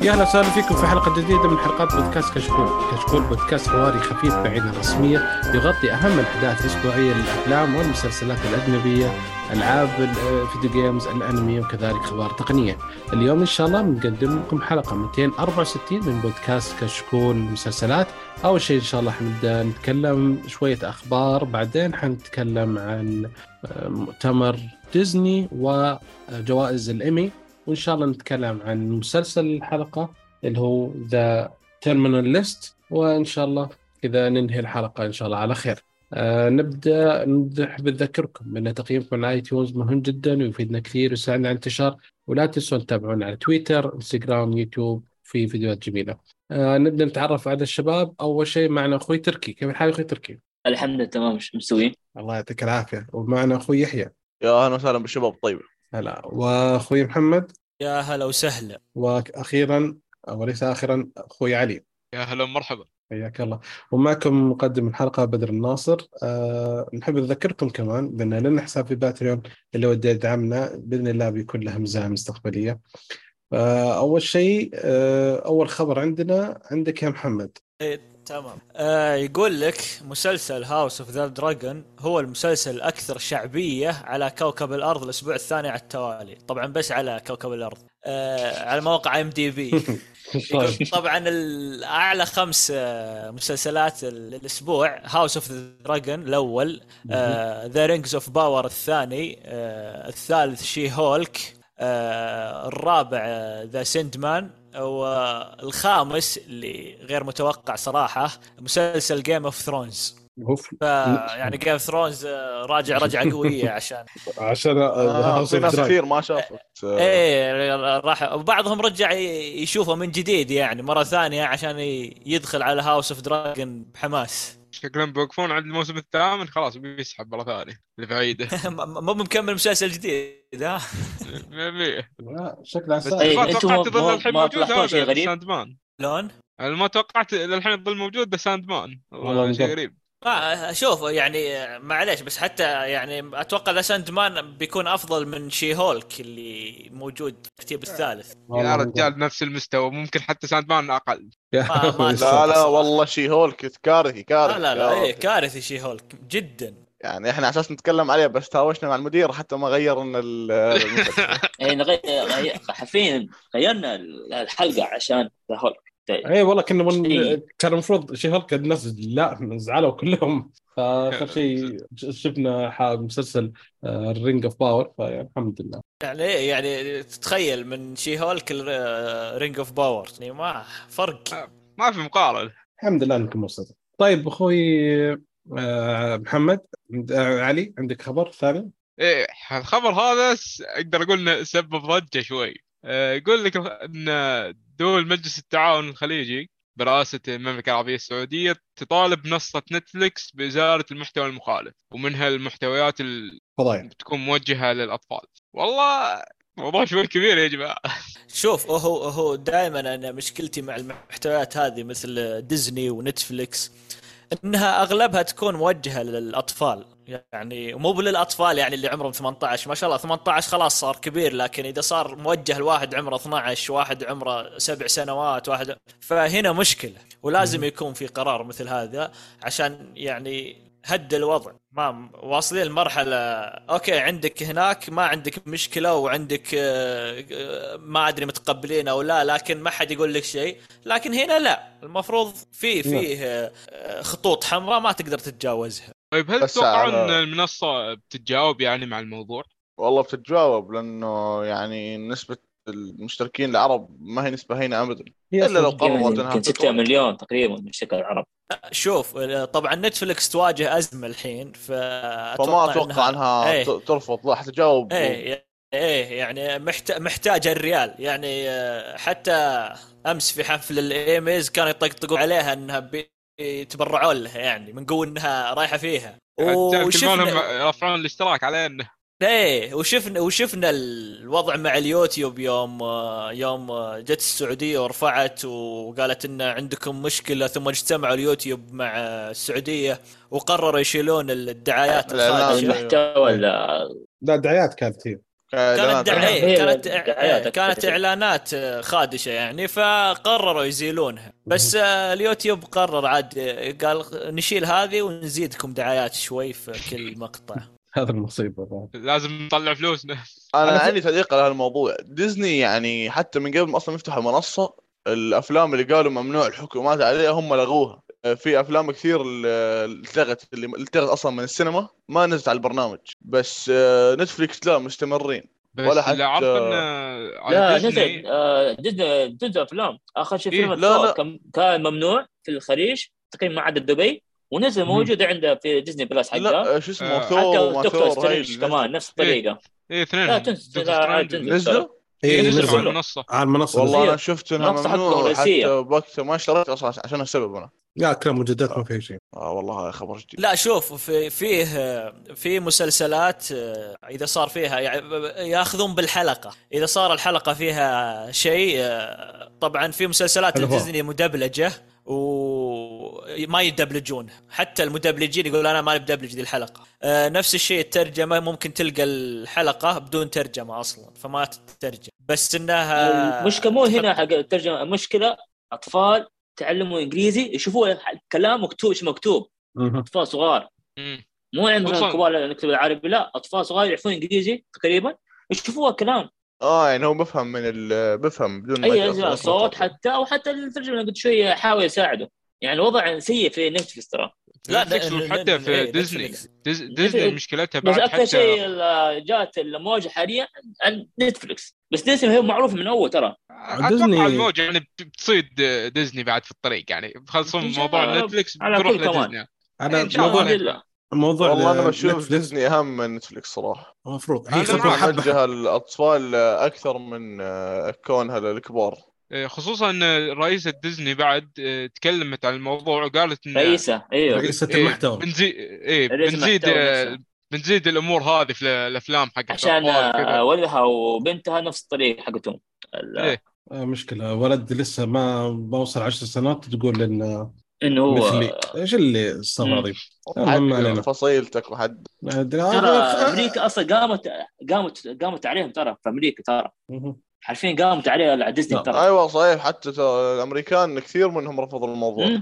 يا اهلا وسهلا فيكم في حلقة جديدة من حلقات بودكاست كشكول. كشكول بودكاست حواري خفيف بعيد عن الرسمية، يغطي أهم الأحداث الأسبوعية للأفلام والمسلسلات الأجنبية، ألعاب الفيديو جيمز، الأنمي، وكذلك أخبار تقنية. اليوم إن شاء الله بنقدم لكم حلقة 264 من بودكاست كشكول مسلسلات. أول شيء إن شاء الله حنبدأ نتكلم شوية أخبار، بعدين حنتكلم عن مؤتمر ديزني وجوائز الإيمي، وإن شاء الله نتكلم عن مسلسل الحلقة اللي هو ذا تيرمينال ليست، وإن شاء الله كذا ننهي الحلقة إن شاء الله على خير. نحب نذكركم أن تقييمكم على آيتونز مهم جدا ويفيدنا كثير ويساعدنا على الانتشار، ولا تنسوا تتابعونا على تويتر، انستغرام، يوتيوب، في فيديوهات جميلة. نبدأ نتعرف على الشباب. أول شيء معنا أخوي تركي. كيف الحال أخوي تركي؟ الحمد لله تمام. مش مسوين؟ الله يعطيك العافية. ومعنا أخوي يحيى. يا أهلا وسهلا بالشباب. طيب هلا. وأخوي محمد. يا هلا وسهلا. وأخيرا وليس آخرا أخوي علي. يا هلا مرحبا. حياك الله. ومعكم مقدم الحلقة بدر الناصر. نحب نذكركم كمان بأن لنا حساب في باتريون اللي ودي يدعمنا بإذن الله بيكون له مزايا مستقبلية. أول شيء أول خبر عندك يا محمد. تمام. يقول لك مسلسل هاوس اوف ذا دراجون هو المسلسل الأكثر شعبية على كوكب الأرض الأسبوع الثاني على التوالي، طبعا بس على كوكب الأرض. على موقع IMDb. طبعا الأعلى 5 مسلسلات الأسبوع هاوس اوف ذا دراجون الأول، ذا رينجز اوف باور الثاني، الثالث شي هولك، الرابع ذا سندمان، والخامس اللي غير متوقع صراحة مسلسل جيم اوف ثرونز. يعني جيم اوف ثرونز راجع رجعة قوية عشان في ناس كثير ما شافت. ايه راح، وبعضهم رجع يشوفه من جديد يعني مرة ثانية عشان يدخل على هاوس اوف دراجون بحماس. شكلهم بيوقفون عند الموسم الثامن، خلاص بيسحب مرة ثانية لبعيدة. مو مكمل مسلسل جديد ها. شكله ما توقعت تظل الحين موجود هذا ساند مان. لون ما توقعت الحين تظل موجود ذا ساند مان، والله شيء غريب. شوف يعني معليش، بس حتى يعني اتوقع ذا ساند مان بيكون افضل من شي هولك اللي موجود في الترتيب الثالث. يا رجال نفس المستوى، ممكن حتى ساند مان اقل. لا والله شي هولك كارثي. لا ايه كارثي شي هولك جدا. يعني احنا اساس نتكلم عليه بس تهاوشنا مع المدير حتى ما غيرنا ايه حرفيا غيرنا الحلقة عشان هولك. اي والله كان المفروض شيء هالك الناس لا زعلوا كلهم. فاخر شيء شفنا مسلسل الرينج اوف باور، فالحمد لله. يعني تتخيل من شي هولك الرينج اوف باور يعني ما فرق، ما في مقارنة. الحمد لله انكم وصلتوا. طيب اخوي محمد، علي عندك خبر ثاني؟ ايه الخبر هذا اقدر اقول انه سبب ضجة شوي. يقول لك ان دول مجلس التعاون الخليجي برئاسة المملكة العربية السعودية تطالب منصة نتفليكس بإزالة المحتوى المخالف، ومنها المحتويات اللي بتكون موجهة للأطفال. والله موضوع شوي كبير يا جماعة. شوف هو دائما أنا مشكلتي مع المحتويات هذه مثل ديزني ونتفليكس انها اغلبها تكون موجهه للاطفال، يعني مو للاطفال يعني اللي عمرهم 18 ما شاء الله 18 خلاص صار كبير، لكن اذا صار موجه لواحد عمره 12 واحد عمره 7 سنوات واحد، فهنا مشكله. ولازم يكون في قرار مثل هذا عشان يعني هد الوضع. ما واصلين المرحله اوكي عندك هناك ما عندك مشكله وعندك ما ادري متقبلين او لا، لكن ما حد يقول لك شيء. لكن هنا لا، المفروض فيه خطوط حمراء ما تقدر تتجاوزها. طيب هل تتوقعون ان المنصه بتتجاوب يعني مع الموضوع؟ والله بتتجاوب، لانه يعني نسبه المشتركين العرب ما هي نسبه هينه ابدا، الا لو قررت انها 6 مليون تقريبا مشترك العرب. شوف طبعا نتفليكس تواجه ازمه الحين، فما اتوقع انها ترفض، راح تجاوب. ايه يعني محتاجه الريال يعني. حتى امس في حفل الايميز كانوا يطقطقوا عليها انها يتبرعون لها، يعني من قوه انها رايحه فيها. وشفنا رفعون الاشتراك علينا. ايه وشفنا الوضع مع اليوتيوب يوم جت السعوديه ورفعت وقالت ان عندكم مشكله، ثم اجتمعوا اليوتيوب مع السعوديه وقرروا يشيلون الدعايات الخارجيه. المحتوى لا الدعايات كانت هي كانت اعلانات خادشه يعني، فقرروا يزيلونها. بس اليوتيوب قرر عاد قال نشيل هذه ونزيدكم دعايات شوي في كل مقطع. هذا المصيبه، لازم نطلع فلوسنا. انا عندي تعليق على هالموضوع. ديزني يعني حتى من قبل ما اصلا يفتحوا المنصه، الافلام اللي قالوا ممنوع الحكومات عليها هم لغوها. في افلام كثير اللي التغت اصلا من السينما ما نزلت على البرنامج، بس نتفليكس لا مستمرين. بس ولا حتى اللي عارف ان لا نزل افلام. اخر شيء فيلم كان ممنوع في الخليج تقريبا ما عدا دبي، ونزل موجود عنده في ديزني بلس حقه. لا شو اسمه ثور كمان نفس الطريقه. اثنين نزلوا على المنصه. والله انا شفت انها ممنوع، حتى وقتها ما اشتريت اصلا عشان السبب انا. لا كلام مجدات ما في شيء. والله خبر جديد. لا شوف، في مسلسلات اذا صار فيها ياخذون بالحلقه، اذا صار الحلقه فيها شيء. طبعا في مسلسلات ديزني مدبلجه وما يدبلجون، حتى المدبلجين يقول انا ما بدبلج دي الحلقه. نفس الشيء الترجمه، ممكن تلقى الحلقه بدون ترجمه اصلا فما تترجم. بس انها المشكله مو هنا حق الترجمه، المشكله اطفال تعلموا انجليزي يشوفوا كلام مكتوب اطفال صغار مو عندنا كبار نكتب العربي، لا اطفال صغار يعرفون انجليزي تقريبا يشوفوا كلام. يعني هو بفهم بدون اي صوت حتى، او حتى الترجمه قلت شويه حاول يساعده. يعني الوضع سيء في نتفلكس ترى. لا حتى في ديزني مشكلتها بعد. بس اكثر شيء جات الموجه حاليا عن نتفلكس، بس ديزني هي معروف من اول ترى. اتوقع الموجه يعني بتصيد ديزني بعد في الطريق، يعني بخلصون موضوع نتفلكس بتروح لديزني. انا الموضوع والله انا بشوف ديزني اهم من نتفلكس صراحه. المفروض هي توجه الاطفال اكثر من كونها للكبار. خصوصا ان رئيسة ديزني بعد تكلمت عن الموضوع وقالت ان رئيسة المحتوى بنزيد الامور هذه في الافلام حقت عشان ولدها وبنتها نفس الطريقه حقتهم. مشكله ولد لسه ما وصل 10 سنوات تقول انه هو ايش اللي صار هذا فصيلتك وحد. ترى امريكا اصلا قامت عليهم ترى في امريكا ترى عارفين قامت عليه على ديزني ترى. ايوه صحيح، حتى الامريكان كثير منهم رفضوا الموضوع.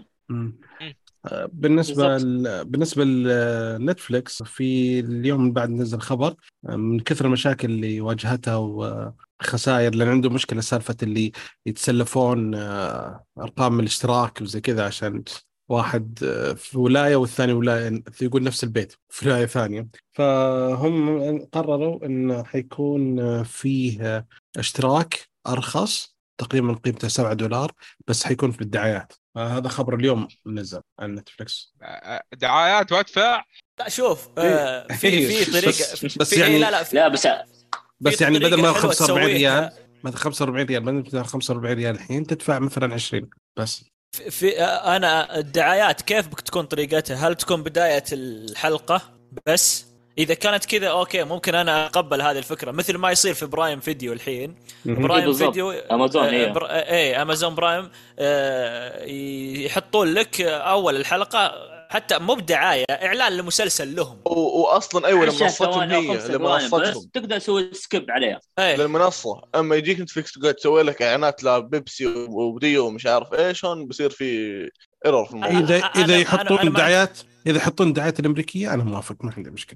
بالنسبه لنتفليكس، في اليوم بعد نزل خبر من كثر المشاكل اللي واجهتها وخسائر، لان عنده مشكله سالفه اللي يتسلفون ارقام الاشتراك وزي كذا، عشان واحد في ولايه والثاني ولايه يقول نفس البيت في ولايه ثانيه. فهم قرروا انه حيكون فيه اشتراك ارخص تقريبا قيمته $7، بس حيكون في الدعايات. هذا خبر اليوم نزل عن نتفليكس. دعايات وادفع. لا شوف في طريقه بس يعني لا بس يعني بدل ما 45 ريال مثلا 45 ريال بدل 45 ريال الحين تدفع مثلا 20 بس. انا الدعايات كيف بتكون طريقتها؟ هل تكون بدايه الحلقه بس؟ اذا كانت كذا اوكي ممكن انا اقبل هذه الفكره، مثل ما يصير في برايم فيديو الحين. برايم فيديو امازون امازون برايم يحطون لك اول الحلقه، حتى مو بدعايه، اعلان لمسلسل لهم. واصلا ايوه لمنصتهم هي لمنصتهم تقدر تسوي سكيب عليها للمنصه. اما يجيك نتفلكس تقعد تسوي لك اعلانات لبيبسي وديو ومش عارف ايش، هون بصير في ايرور في الموضوع. اذا يحطون دعايات، اذا يحطون الدعايات الامريكيه انا موافق، ما عندي مشكله.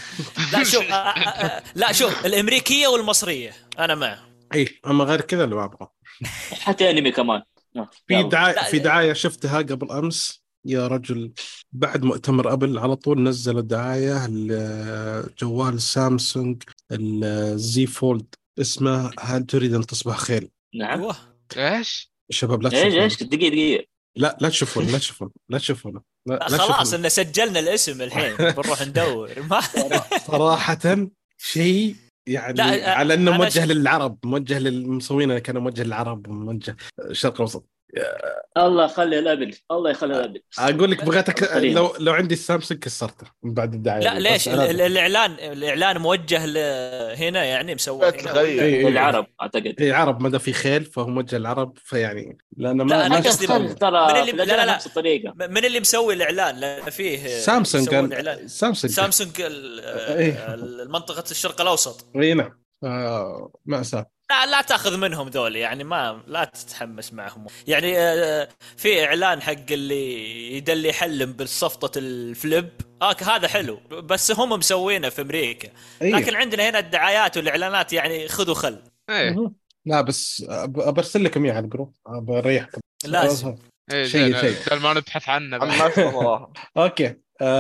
لا شوف الامريكيه والمصريه انا معه. اما غير كذا اللي ما ابغى. حتى انمي كمان في دعايه شفتها قبل امس يا رجل، بعد مؤتمر ابل على طول نزلوا دعايه لجوال سامسونج الزي فولد، اسمه هل تريد ان تصبح خيل؟ نعم. ايش الشباب لا تشوفون. ايش دقيقه لا تشوفون خلاص ان سجلنا الاسم الحين بنروح ندور. صراحه شيء يعني على انه موجه للعرب، موجه للمسوين، كان موجه للعرب، موجه الشرق الاوسط. الله يخلي الابل، الله يخلي الابل. اقول لك بغيتك لو عندي السامسونج كسرته من بعد الدعايه. لا ليش الاعلان موجه هنا يعني مسوي للعرب اعتقد. عرب ما في خيل فهو موجه للعرب، فيعني لان ما قصدي ترى لا نفس الطريقه. من اللي مسوي الاعلان؟ لان فيه سامسونج المنطقه الشرق الاوسط. اي نعم. مأساة. لا تاخذ منهم ذول يعني، ما لا تتحمس معهم يعني. في اعلان حق اللي يدلي يحلم بالصفطة الفليب، هذا حلو بس هم مسوينه في امريكا. أيه. لكن عندنا هنا الدعايات والاعلانات يعني خذوا خل. ايه لا بس برسل لكم اياه على الجروب، بريحكم لازم. ايه شيء بدل ما نبحث عنه بعد. حماسنا صراحه. اوكي.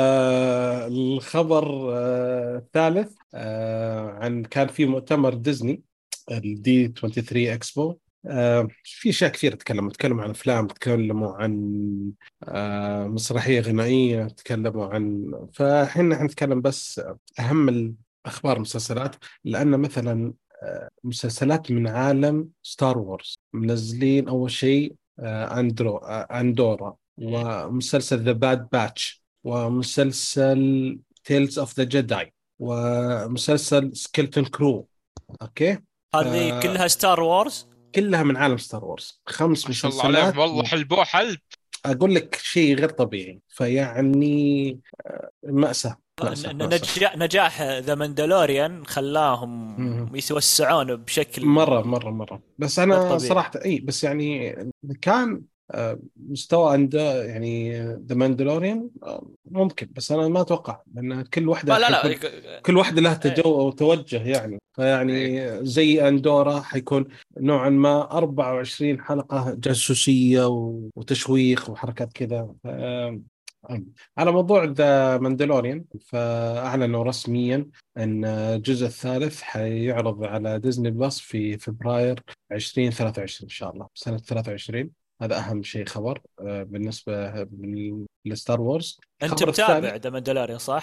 الخبر الثالث عن كان في مؤتمر ديزني الدي 23 اكسبو. في اشياء كثير تكلموا عن افلام، تكلموا عن مسرحيه غنائيه، تكلموا عن، فاحنا حنتكلم بس اهم الاخبار المسلسلات. لان مثلا مسلسلات من عالم ستار وورز منزلين اول شيء اندورا، ومسلسل ذا باد باتش، ومسلسل تيلز اوف ذا جداي، ومسلسل سكيلتون كرو. اوكي. هذه كلها ستار وورز، كلها من عالم ستار وورز، 5 ما شاء الله عليهم مسلسلات. والله حلبوه حلب. اقول لك شيء غير طبيعي، فيعني مأساة مأساة مأساة. نجاح ذا ماندلوريان خلاهم يتوسعون بشكل مرة بس غير أنا طبيعي. صراحة بس يعني كان مستوى عند يعني ذا ماندلوريان ممكن، بس أنا ما أتوقع لأن كل واحدة لا كل واحدة لها توجه يعني. فيعني زي أندورا حيكون نوعا ما 24 حلقة جاسوسية وتشويق وحركات كذا. على موضوع ذا ماندلوريان، فأعلنوا رسميا أن الجزء الثالث حيعرض على ديزني بلس في فبراير 2023 إن شاء الله، سنة 23. هذا أهم شيء خبر بالنسبة لستار وورز. انت الخبر متابع الثاني، ذا ماندلوريان صح؟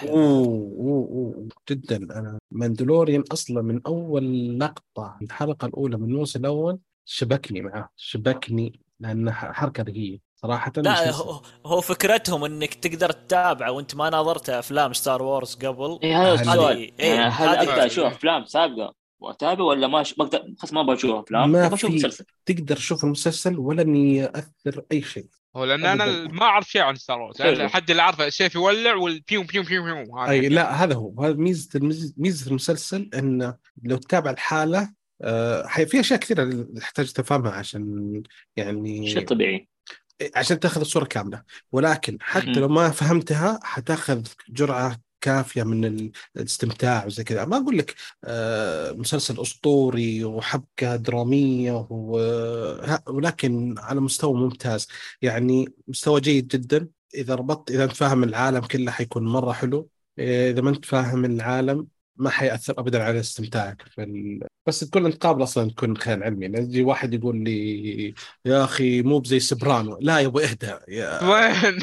جدا. أنا ماندلوريان أصلا من أول لقطة، الحلقة الأولى من الموسم الأول شبكني معه، شبكني لأنها حركة ذكية صراحة. لا هو فكرتهم انك تقدر تتابعه وانت ما نظرت افلام ستار وورز قبل. هذا السؤال يعني، هل هذه اقدر اشوف افلام سابقه واتابع، ولا ما بقدر خلاص ما بشوف افلام ما بشوف في مسلسل؟ تقدر تشوف المسلسل ولن يأثر أي شيء. هو لان انا ما اعرف شيء عن ستار وورز، يعني حد اللي عارفه السيف يولع والبيوم بيوم بيوم بيوم أي لا، هذا هو، هذا ميزة المسلسل، إن لو تتابع الحالة في أشياء كثيرة تحتاج تفهمها عشان يعني شيء طبيعي، عشان تاخذ الصورة كاملة. ولكن حتى لو ما فهمتها حتاخذ جرعة كافية من الاستمتاع وزي كذا. ما أقول لك مسلسل أسطوري وحبكة درامية ولكن على مستوى ممتاز، يعني مستوى جيد جدا. إذا أنت فاهم العالم كله حيكون مرة حلو. إذا ما أنت فاهم العالم ما حيأثر أبدا على استمتاعك بس تكون أنت قابل أصلا تكون خيال علمي. يعني يجي واحد يقول لي يا أخي مو بزي سبرانو، لا يا أبو اهدى وين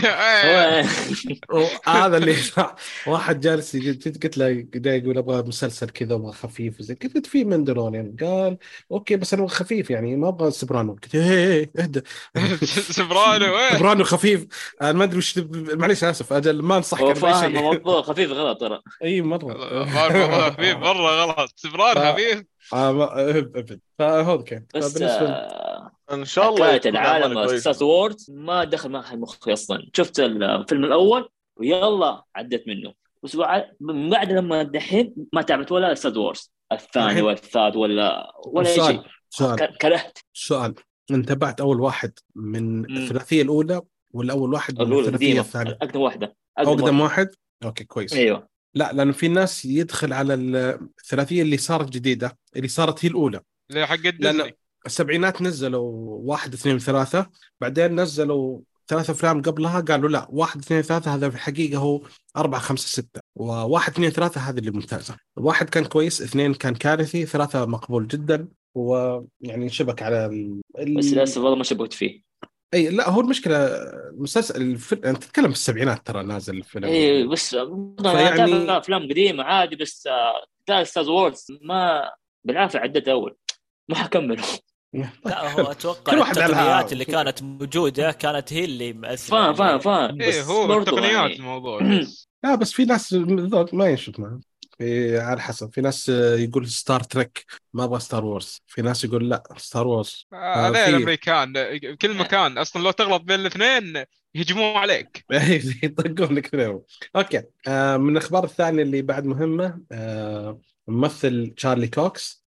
هذا اللي واحد جالس قلت له جاي يقول ابغى مسلسل كذا خفيف وزي قلت في مندلوريان، قال اوكي بس انا خفيف يعني ما ابغى سبرانو. قلت اهدى سبرانو سبرانو خفيف. انا ما ادري وش معليش اسف اجل ما انصحك هو باي فاهم شيء. الموضوع خفيف غلط ترى. اي مره والله خفيف مره غلط. سبرانو خفيف ابد. فهذا اوكي. بس فبالنسبه ان شاء الله حكاية يكون العالم اعمال كويسه. ستار وورز ما دخل معها مخي اصلا. شفت الفيلم الاول ويلا عدت منه، بس من بعد لما دحين ما تابعت ولا ستار وورز الثاني والثالث ولا اي شيء. كرهت. سؤال، انت تبعت اول واحد من الثلاثيه الاولى ولا اول واحد من الأولى الثلاثيه الثانيه؟ اقدم واحده. اقدم واحد. اوكي كويس. ايوه. لا لأن في ناس يدخل على الثلاثية اللي صارت جديدة، اللي صارت هي الأولى، اللي حق لأن ديزني. السبعينات نزلوا 1 2 3، بعدين نزلوا 3 أفلام قبلها قالوا لا 1 2 3 هذا في الحقيقة هو 4 5 6، و1 2 3 هذه اللي ممتازة. 1 كان كويس، 2 كان كارثي، 3 مقبول جدا، ويعني شبك على بس للاسف والله ما شبهت فيه. اي لا هو المشكله المسلسل انت تتكلم في السبعينات ترى نازل الفيلم. اي بس انا فيعني اتابع افلام قديمه عادي، بس ستار وورز ما بالعافيه عدت اول ما حكمله. لا هو اتوقع التقنيات اللي كانت موجوده كانت هي اللي مؤثره. فاهم ايه هو التقنيات يعني الموضوع بس. لا بس في ناس ما يشوف معه. على حسب، في ناس يقول ستار تريك ما ابغى ستار وورز، في ناس يقول لا ستار وورز. عليه الامريكان كل مكان اصلا لو تغلط بين الاثنين يهجمون عليك. يطقون لك فيهم. اوكي. من الاخبار الثانيه اللي بعد مهمه، ممثل تشارلي كوكس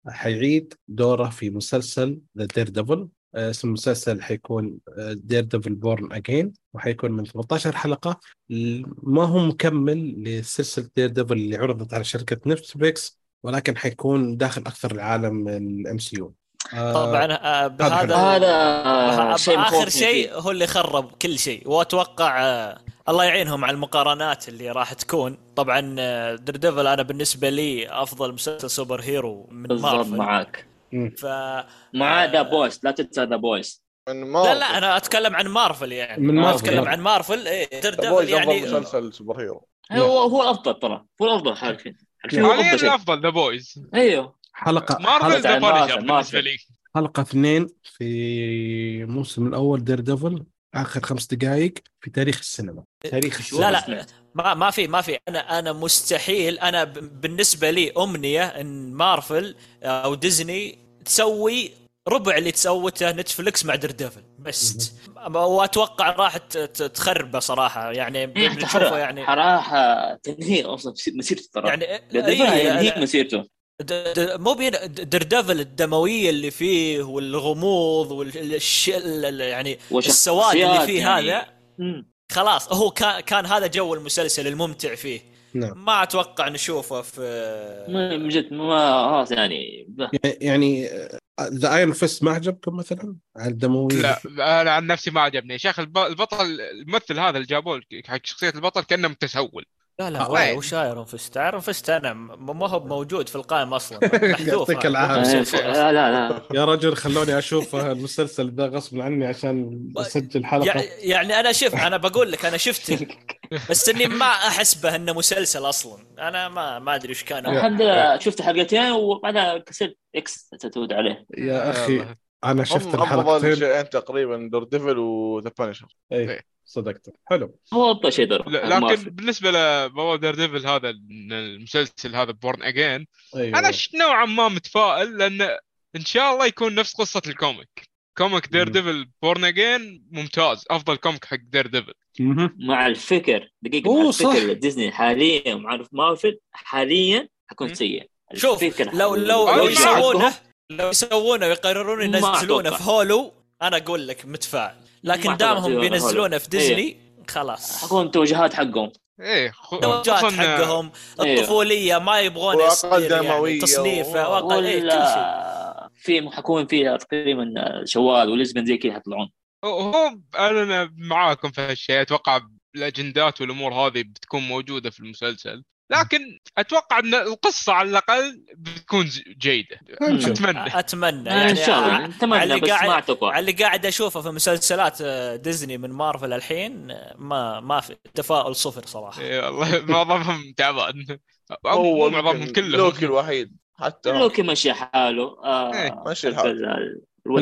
حيعيد دوره في مسلسل ذا دير ديفل. اسم المسلسل حيكون دير ديفل بورن أجين، وحيكون من 18 حلقة. ما هو مكمل لسلسلة دير ديفل اللي عرضت على شركة نتفليكس، ولكن حيكون داخل أكثر العالم الام سي يو. طبعا بهذا هذا شيء آخر شيء هو اللي خرب كل شيء. وأتوقع الله يعينهم على المقارنات اللي راح تكون. طبعا دير ديفل أنا بالنسبة لي أفضل مسلسل سوبر هيرو من مارفل. معاك مع ذا بويس، لا تنسى ذا بويس. لا أنا أتكلم عن مارفل، يعني ما أتكلم عن مارفل. دير ديفل يعني مسلسل سوبر هيرو هو الأفضل، ترى هو الأفضل حاليا الأفضل ذا بويز. أيوه مارفل ذا بانشر بالنسبة لي. حلقة 2 في الموسم الأول دير ديفل آخر 5 دقائق في تاريخ السينما. لا ما في أنا مستحيل. أنا بالنسبة لي أمنية إن مارفل أو ديزني تسوي ربع اللي تسوته نتفليكس مع دير ديفل بس. وأتوقع راح تخربه صراحة، يعني بنشوفه يعني صراحة تنهي أصلا مسيرته ترى، يعني مسيرته مو بين دير ديفل الدمويه اللي فيه والغموض والشيء يعني السواد اللي فيه يعني هذا خلاص هو كان هذا جو المسلسل الممتع فيه. نعم. ما اتوقع نشوفه في من جد ما يعني ذا ايرون فيست ما عجبكم مثلا على الدمويه؟ لا انا عن نفسي ما عجبني يا شيخ. البطل الممثل هذا اللي جابوه حق شخصيه البطل كانه متسول. لا وش ايرون فيست انا ما هو موجود في القائمة اصلا، محذوف. يعطيك العافيه. لا يا رجل خلوني اشوف المسلسل ذا غصب عني عشان اسجل حلقه. يعني انا بقول لك انا شفته بس اني ما احس به انه مسلسل اصلا. انا ما ادري ايش كان. الحمد لله شفت حلقتين وبعدها كسرت اكس تتود عليه يا اخي. انا شفت الحلقتين شيئين تقريبا، دور ديفل وذا بانشر. صدقت. حلو. هو أفضل شيء لكن بالنسبة لبابا دير ديفل هذا المسلسل هذا بورن أجين، أيوة. أنا نوعا ما متفائل، لأن إن شاء الله يكون نفس قصة كوميك دير ديفل بورن أجين ممتاز، أفضل كوميك حق دير ديفل. مع الفكر دقيقة مع الفكر ديزني حاليا ومعرف مارفل حاليا حكون سيء. شوف لو يسوونه ويقررون ينزلونه في هولو أنا أقول لك متفائل، لكن دامهم بينزلونه في ديزني خلاص حكون توجهات حقهم. توجهات حقهم الطفولية ما يبغون يعني تصنيفه وأقل كل شيء. في حكون فيها تقريبا شواذ ولزبن زي كذا يطلعون. هو أنا معاكم في هالشيء. أتوقع الأجندات والأمور هذه بتكون موجودة في المسلسل، لكن أتوقع أن القصة على الأقل بتكون جيدة. أتمنى يعني إن شاء الله. أتمنى بس ما أتوقع. اللي قاعد أشوفه في مسلسلات ديزني من مارفل الحين ما في تفاؤل صفر صراحة. والله معظمهم تعبان. أو معظمهم كلهم. لوكي الوحيد حتى لوكي ماشي حاله. ماشي الحال.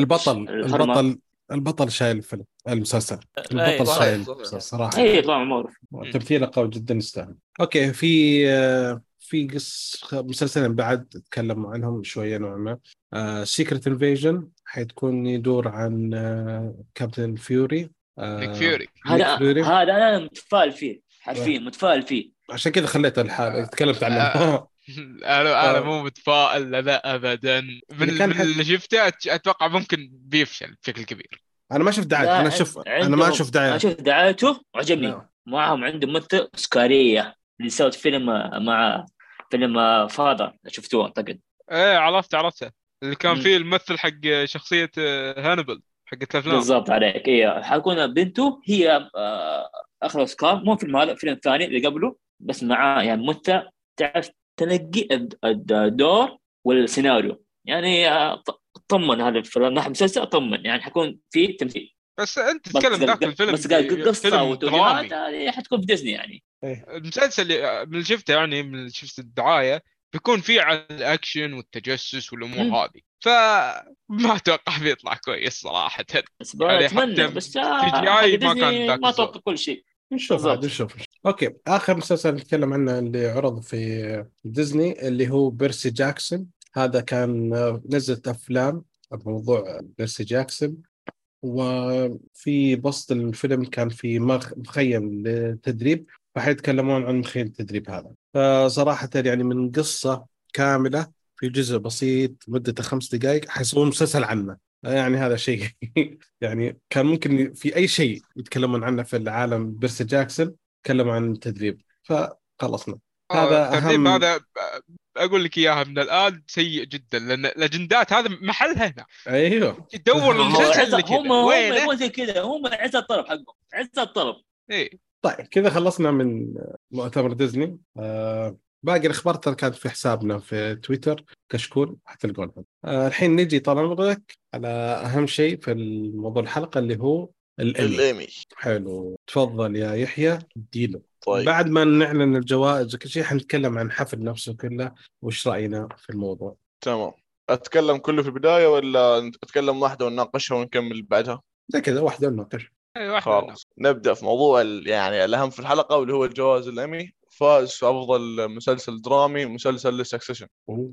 البطل شايل الفيلم المسلسل. البطل شايل صراحة. اي طبعا معروف. تمثيله قوي جدا يستاهل. اوكي في مسلسلين بعد اتكلم عنهم شوية نوعا ما. سيكريت انفيجن حيتكون يدور عن كابتن فيوري. فيوري هذا انا متفائل فيه حرفيا متفائل فيه، عشان كذا خليته الحال تكلمت عنه. انا مو متفائل لا ابدا. من اللي شفته اتوقع ممكن بيفشل بشكل كبير. انا ما شفت دعايته. انا ما شفت دعايته. انا شفت دعايته وعجبني. معهم عندهم ممثل اسكاريه اللي سوت فيلم مع فيلم فاذر، شفتوه اعتقد؟ ايه عرفته اللي كان فيه الممثل حق شخصيه هانبل حقت الافلام. بالضبط عليك. ايه حكون بنته هي اخذ اوسكار، مو فيلم هذا، فيلم ثاني اللي قبله، بس معاه يعني ممثل تعرف تنقي الدور والسيناريو. يعني طمن هذا الفيلم ناحية مسلسل، أطمن يعني حكون فيه تمثيل. بس أنت تتكلم ذاك الفيلم بس قال قصة وتوجيهات هذه حتكون في ديزني يعني. المسلسل اللي شفته يعني من شفت الدعاية بيكون فيه عن الأكشن والتجسس والأمور هذه، فما أتوقع بيطلع كويس صراحة. بس يعني أتمنى بس ما أتوقع كل شيء. نشوف. اوكي اخر مسلسل نتكلم عنه اللي عرض في ديزني اللي هو بيرسي جاكسون. هذا كان نزلت افلام بموضوع بيرسي جاكسون، وفي بسط الفيلم كان في مخيم للتدريب، فحيتكلمون عن مخيم التدريب هذا. فصراحة يعني من قصة كاملة في جزء بسيط مدته 5 دقائق حيسوون مسلسل عنه. يعني هذا شيء يعني كان ممكن في أي شيء يتكلمون عنه في العالم بيرسي جاكسون تكلموا عن التدريب، فخلصنا. هذا الترتيب أهم. هذا اقول لك اياها من الان سيء جدا، لان الاجندات هذا محلها هنا. أيوه تدور المسلسل اللي هم كذا يبون زي كذا، هم عز الطلب حقهم، عز الطلب. ايه طيب كذا خلصنا من مؤتمر ديزني. باقي الأخبار ترى كانت في حسابنا في تويتر كشكول حتلقونها. الحين نجي طال عمرك على أهم شيء في الموضوع الحلقة اللي هو الإيمي. حلو، تفضل يا يحيى اديله. طيب. بعد ما نعلن الجوائز وكل شيء حنتكلم عن الحفل نفسه كله وش رأينا في الموضوع. تمام. أتكلم كله في البداية ولا أتكلم واحدة ونناقشها ونكمل بعدها؟ زي كذا واحدة ونناقش. خلاص نبدأ في موضوع يعني الأهم في الحلقة واللي هو الجوائز الإيمي. فاز في أفضل مسلسل درامي مسلسل لسكسيشن.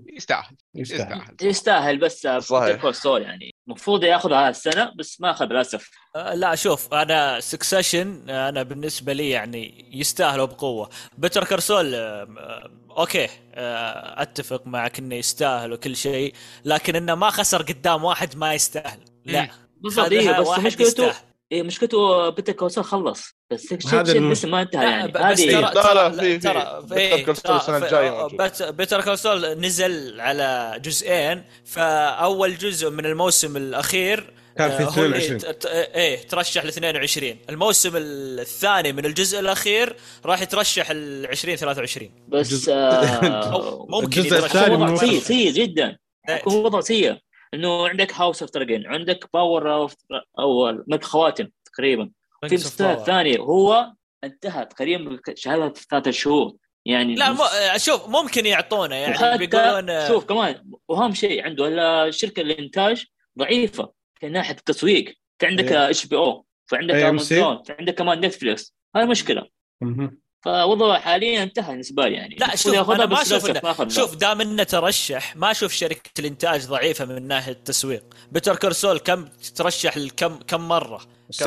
يستاهل بس صحيح. كول يعني المفروض ياخذها السنة بس ما أخذ للأسف. لا شوف انا سكسيشن انا بالنسبه لي يعني يستاهلوا بقوه. بيتر كارسول اوكي اتفق معك انه يستاهل وكل شيء، لكن انه ما خسر قدام واحد ما يستاهل. لا بالضبط. بس مشكلته مشكلته بيتر كارسول خلص بس لسه ما انتهى يعني. هذه ترى السنة الجاية بيتر كارسول نزل على جزئين، فأول جزء من الموسم الأخير كان في 22 ترشح ل 22. الموسم الثاني من الجزء الأخير راح يترشح ل 2023 بس ممكن الثاني سيء جدا. هو وضع سيء انه عندك هاوس اوف دراجون، عندك باور اوف او ملك خواتم تقريبا. في المسلسل الثاني هو انتهى تقريبا شهاده 3 شهور يعني. لا شوف ممكن يعطونا يعني بيقولون شوف كمان واهم شيء عنده الشركه الانتاج ضعيفه في ناحيه التسويق. في عندك اتش بي او، فعندك امازون، في عندك كمان نتفليكس. هاي مشكله. فوضعه حاليا انتهى بالنسبه لي يعني. لا شوف انا ما شوف دام انه ترشح ما اشوف شركه الانتاج ضعيفه من ناحيه التسويق. بيتر كارسول كم ترشح كم مره؟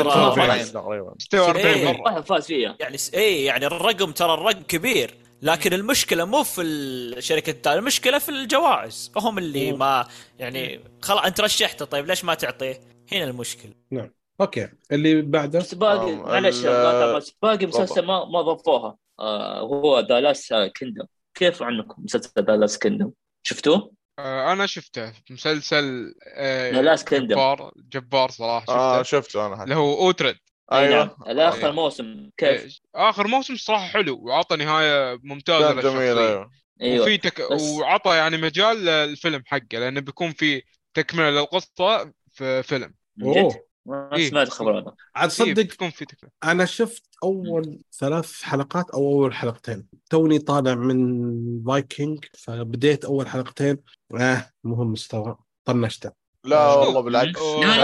46 مره فاز فيها يعني. يعني الرقم ترى الرقم كبير، لكن المشكله مو في الشركه التالية، المشكله في الجوائز. هم اللي ما يعني خلاص انت رشحته، طيب ليش ما تعطيه؟ هنا المشكله. نعم اوكي. اللي بعده باقي معلش باقي مسلسل ما ضفوها. هو ذا لاست كيندم. كيف عنكم مسلسل ذا لاست كيندم؟ شفتوه؟ انا شفته مسلسل ذا لاست كيندم جبار صراحه. شفته انا اللي هو اوترد. ايوه الاخر موسم كيف؟ اخر موسم صراحه حلو وعطى نهايه ممتازه للشخصيه. ايوه وعطى يعني مجال للفيلم حقه، لانه بيكون في تكمله للقصه في فيلم. ما سمعت خبر هذا. عاد صدق انا شفت اول 3 حلقات او اول حلقتين. توني طالع من فايكنج فبديت اول حلقتين مهم مستوى طنشته. لا والله بالعكس.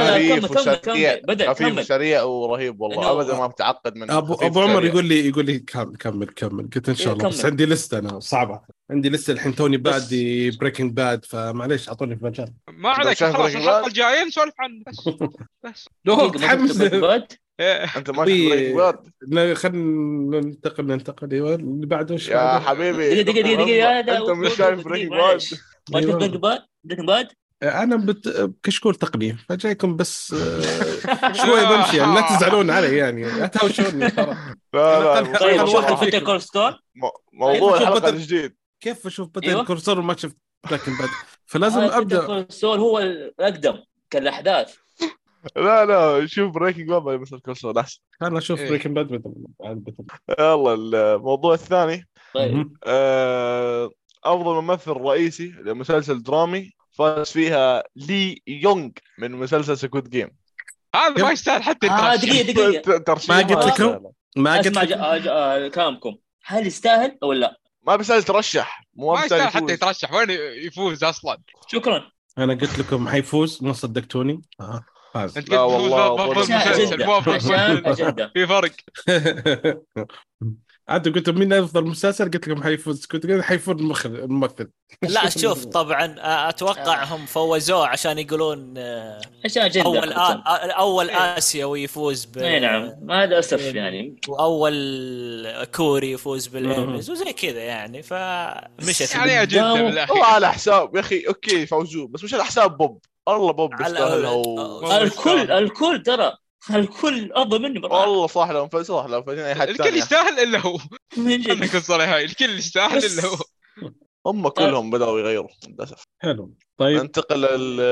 خفيف وسريع ورهيب والله. ابدا ما بتعقد من ابو عمر يقول لي كمل. قلت ان شاء الله بس عندي لسته انا صعبه. عندي لسه الحين توني بادي بريكنج باد، فمعليش اعطوني في مجال. ما عليك خلاص الحلقه الجايه نسولف عنه بس لو تحمس انت ما بريكنج باد. خلينا ننتقل اللي بعده. يا حبيبي دقيقه انت مش شايف بريكنج باد؟ بريكنج باد انا كشكول تقنيه فجايكم بس شوي بمشي يعني. لا تزعلون علي يعني اتهاوشوني ترى. طيب شوف بيتر كورستون موضوع الحلقه الجديد كيف اشوف بيتر كورستون وما شفت بريكنج باد، فلازم ابدا. بيتر كورستون هو الاقدم كالاحداث. لا شوف بريكنج باد مثل كورستون احسن. انا اشوف بريكنج باد يلا الموضوع الثاني. طيب افضل ممثل رئيسي لمسلسل درامي فاز فيها لي يونغ من مسلسل سكوت جيم. هذا ما يستاهل حتى دقيقة ما قلت لكم كلامكم هل يستاهل او لا؟ ما بيستاهل ترشح. ما يستاهل حتى يترشح. وين يفوز اصلا؟ شكرا. انا قلت لكم حيفوز ما صدقتوني. فاز. لا والله في فرق. عاد قلت مين افضل مسلسل، قلت لكم حيفوز، كنت قلت حيفوز الممثل. لا شوف طبعا اتوقع هم فوزوه عشان يقولون عشان اجنده اول اسيوي يفوز نعم ما هذا اسف يعني، واول كوري يفوز بالانميز وزي كذا يعني، فمشت يعني اجنده هو على حساب يا اخي اوكي فوزوه، بس مش على حساب بوب. والله بوب يستاهل. الكل ترى الكل افضل مني بصراحه. والله صح لهم صح لهم اي حد الكل يستاهل الا هو. انا كنت صريح هاي الكل يستاهل الا هو. هم كلهم بدأوا يغيروا للاسف. حلو طيب ننتقل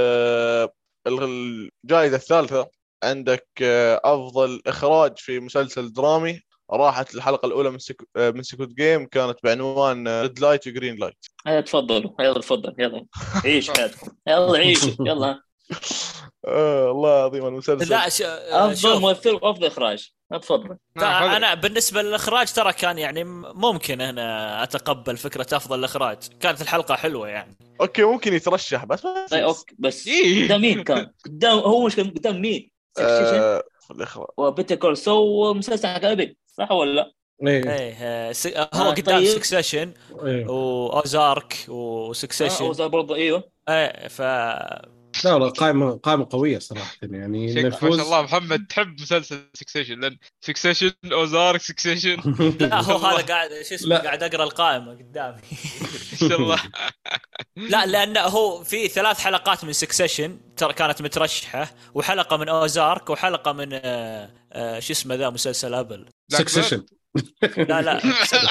الجائزة الثالثة. عندك افضل اخراج في مسلسل درامي. راحت الحلقة الأولى من سكوت جيم، كانت بعنوان ريد لايت وجرين لايت. هيا تفضلوا يلا تفضل يلا عيش حياتكم يلا عيش يلا. الله العظيم المسلسل. لا افضل ممثل وافضل اخراج. تفضل. انا بالنسبه للاخراج ترى كان يعني ممكن انا اتقبل فكره افضل الاخراج، كانت الحلقه حلوه يعني. اوكي ممكن يترشح بس اوكي بس قدام مين كان قدام؟ هو مش قدام مين؟ في الاخراج وبيتر كول سو مسلسل حق ابد صح ولا ايه هو قدام طيب. سكسيشن واوزارك وسكسيشن اوزارك برضه ايوه ايه لا قائمة قوية صراحة يعني. ما شاء الله محمد تحب مسلسل سكسيشن، لأن سكسيشن أوزارك سكسيشن. لا هو هذا قاعد شو اسمه قاعد أقرأ القائمة قدامي. إن شاء الله. لا لأنه هو في 3 حلقات من سكسيشن ترى كانت مترشحة، وحلقة من أوزارك وحلقة من شو اسمه ذا مسلسل أبل سكسيشن. لا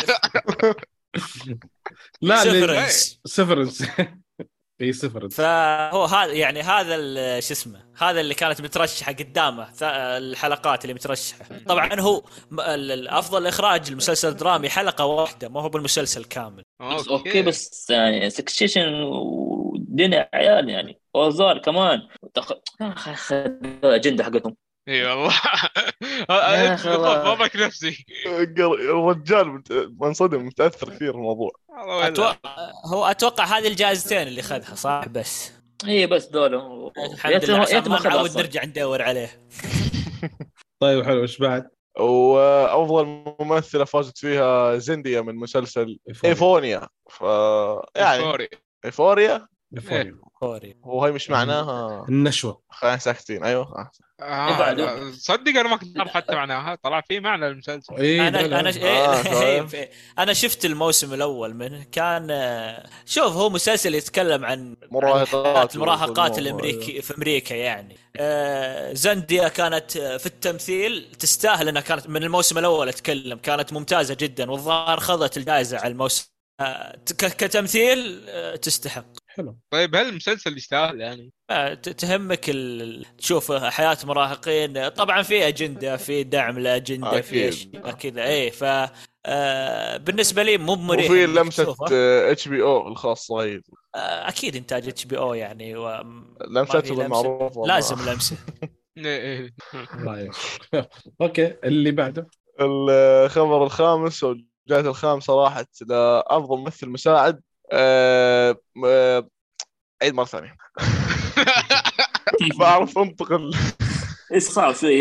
سيفرنس. اي صفر. فهو هذا يعني هذا شو اسمه هذا اللي كانت مترشحه قدامه الحلقات اللي مترشحه. طبعا هو الافضل اخراج المسلسل درامي حلقه واحده، ما هو بالمسلسل كامل. اوكي بس يعني سكسيشن ودنيا عيال يعني اوزار كمان اجنده حقتهم. اي والله ضبك نفسي الرجال منصدم متاثر كثير الموضوع. اتوقع هذه الجائزتين اللي خذها صح بس. اي بس دول الحمد لله ما نعود نرجع ندور عليه. طيب حلو ايش بعد؟ وافضل ممثله فازت فيها زندية من مسلسل ايفونيا. يعني ايفوريا وهي مش معناها النشوة. خلينا ساكتين. ايوه صدق انا ما كنت اعرف حتى معناها، طلع فيه معنى المسلسل. انا شفت الموسم الاول منه، كان شوف هو مسلسل يتكلم عن المراهقات الامريكي في امريكا يعني. زنديا كانت في التمثيل تستاهل انها كانت من الموسم الاول اتكلم كانت ممتازة جدا، والظاهر خذت الجائزة على الموسم كتمثيل تستحق. حلو. طيب هل المسلسل يستاهل يعني؟ تهمك تشوف حياة مراهقين، طبعا في أجندة، في دعم لأجندة، في أشياء كذا. إيه ف بالنسبة لي مو مريح. وفي لمسة HBO الخاصة هي أكيد إنتاج HBO يعني لمسته المعروفة لازم لمسة. أوكي اللي بعده الخبر الخامس والجائزة الخامسة راحت لأفضل ممثل مساعد. عيد مرة ثانية. بعرف انتقل. ايش صار فيه؟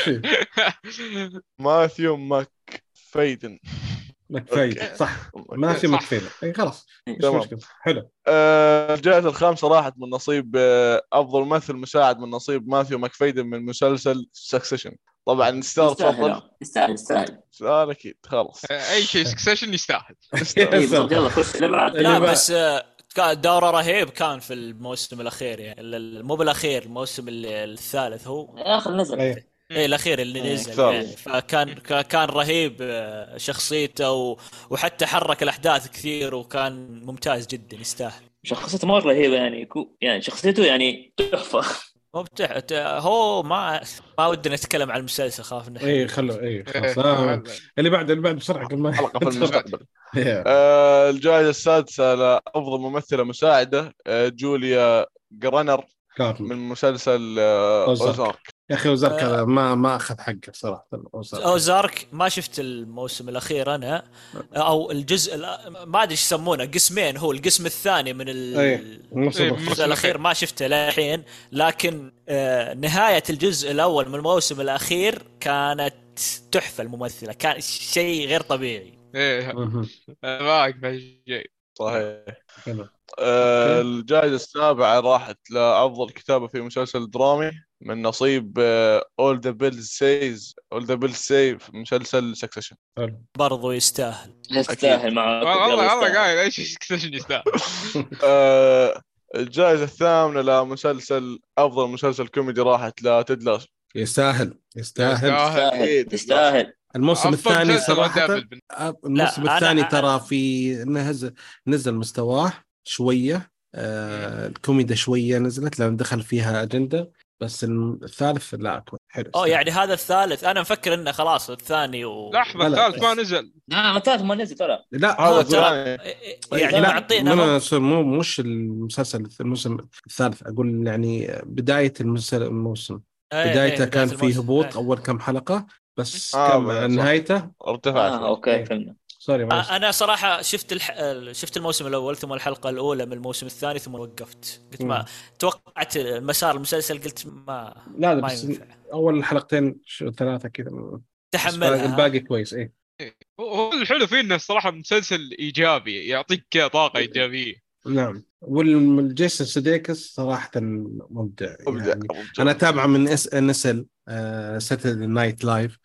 ماثيو ماكفيدن صح ماثيو ماكفيدن. اي خلاص مشكلة. حلو. الجائزة الخامسة راحت من نصيب أفضل ممثل مساعد من نصيب ماثيو ماكفيدن من مسلسل سكسيشن. طبعا يستاهل. تفضل. يستاهل اكيد خلاص. اي شيء سكسيشن يستاهل. يلا خش لا بس دوره رهيب كان في الموسم الاخير يعني مو بالاخير الموسم الثالث هو اخر نزل. ايه الاخير اللي نزل يعني. فكان رهيب شخصيته وحتى حرك الاحداث كثير وكان ممتاز جدا يستاهل. شخصيته مره رهيبه يعني شخصيته يعني تحفه. هو ما ودنا نتكلم عن المسلسل خاف انه اي خلوا خلاص. اللي بعد بسرعه قبل ما حلقه في المستقبل. الجائزه السادسه لافضل ممثله مساعده جوليا جرانر من مسلسل اوزارك. يا اخي اوزارك هذا ما اخذ حقه صراحه. اوزارك ما شفت الموسم الاخير انا او الجزء ما ادري ايش يسمونه قسمين، هو القسم الثاني من الموسم الاخير ما شفته للحين، لكن نهايه الجزء الاول من الموسم الاخير كانت تحفه. الممثله كان شيء غير طبيعي ايه معك بهالشيء صحيح. حلو. الجائزة السابعة راحت لأفضل كتابة في مسلسل درامي من نصيب All the Bills Say في مسلسل سكسيشن. برضو يستاهل معك. والله قايل ايش سكسيشن يستاهل. الجائزة الثامنة لمسلسل أفضل مسلسل كوميدي راحت لتيد لاسو. يستاهل. الموسم الثاني صراحة، الموسم الثاني ترى في نزل مستواه شوية، الكوميديا شوية نزلت لأن دخل فيها أجندة، بس الثالث لا حلو. يعني هذا الثالث أنا مفكر إنه خلاص الثاني لحظة الثالث ما نزل. الثالث ما نزل ترى. لا هذا ترى يعني معطينا مش المسلسل الموسم الثالث، أقول يعني بداية الموسم. بدايته كان فيه هبوط أول كم حلقة، بس نهايته ارتفعت. اوكي فهمنا. انا صراحه شفت الموسم الاول ثم الحلقه الاولى من الموسم الثاني ثم وقفت. قلت ما توقعت مسار المسلسل، قلت ما بس ينفع. اول حلقتين 3 كذا تحملها، الباقي كويس. ايه هو الحلو فيه انه الصراحه مسلسل ايجابي يعطيك طاقه ايجابيه. نعم. والجيسون سوديكس صراحه مبدع. يعني انا اتابعه من NSL ساتردي نايت لايف،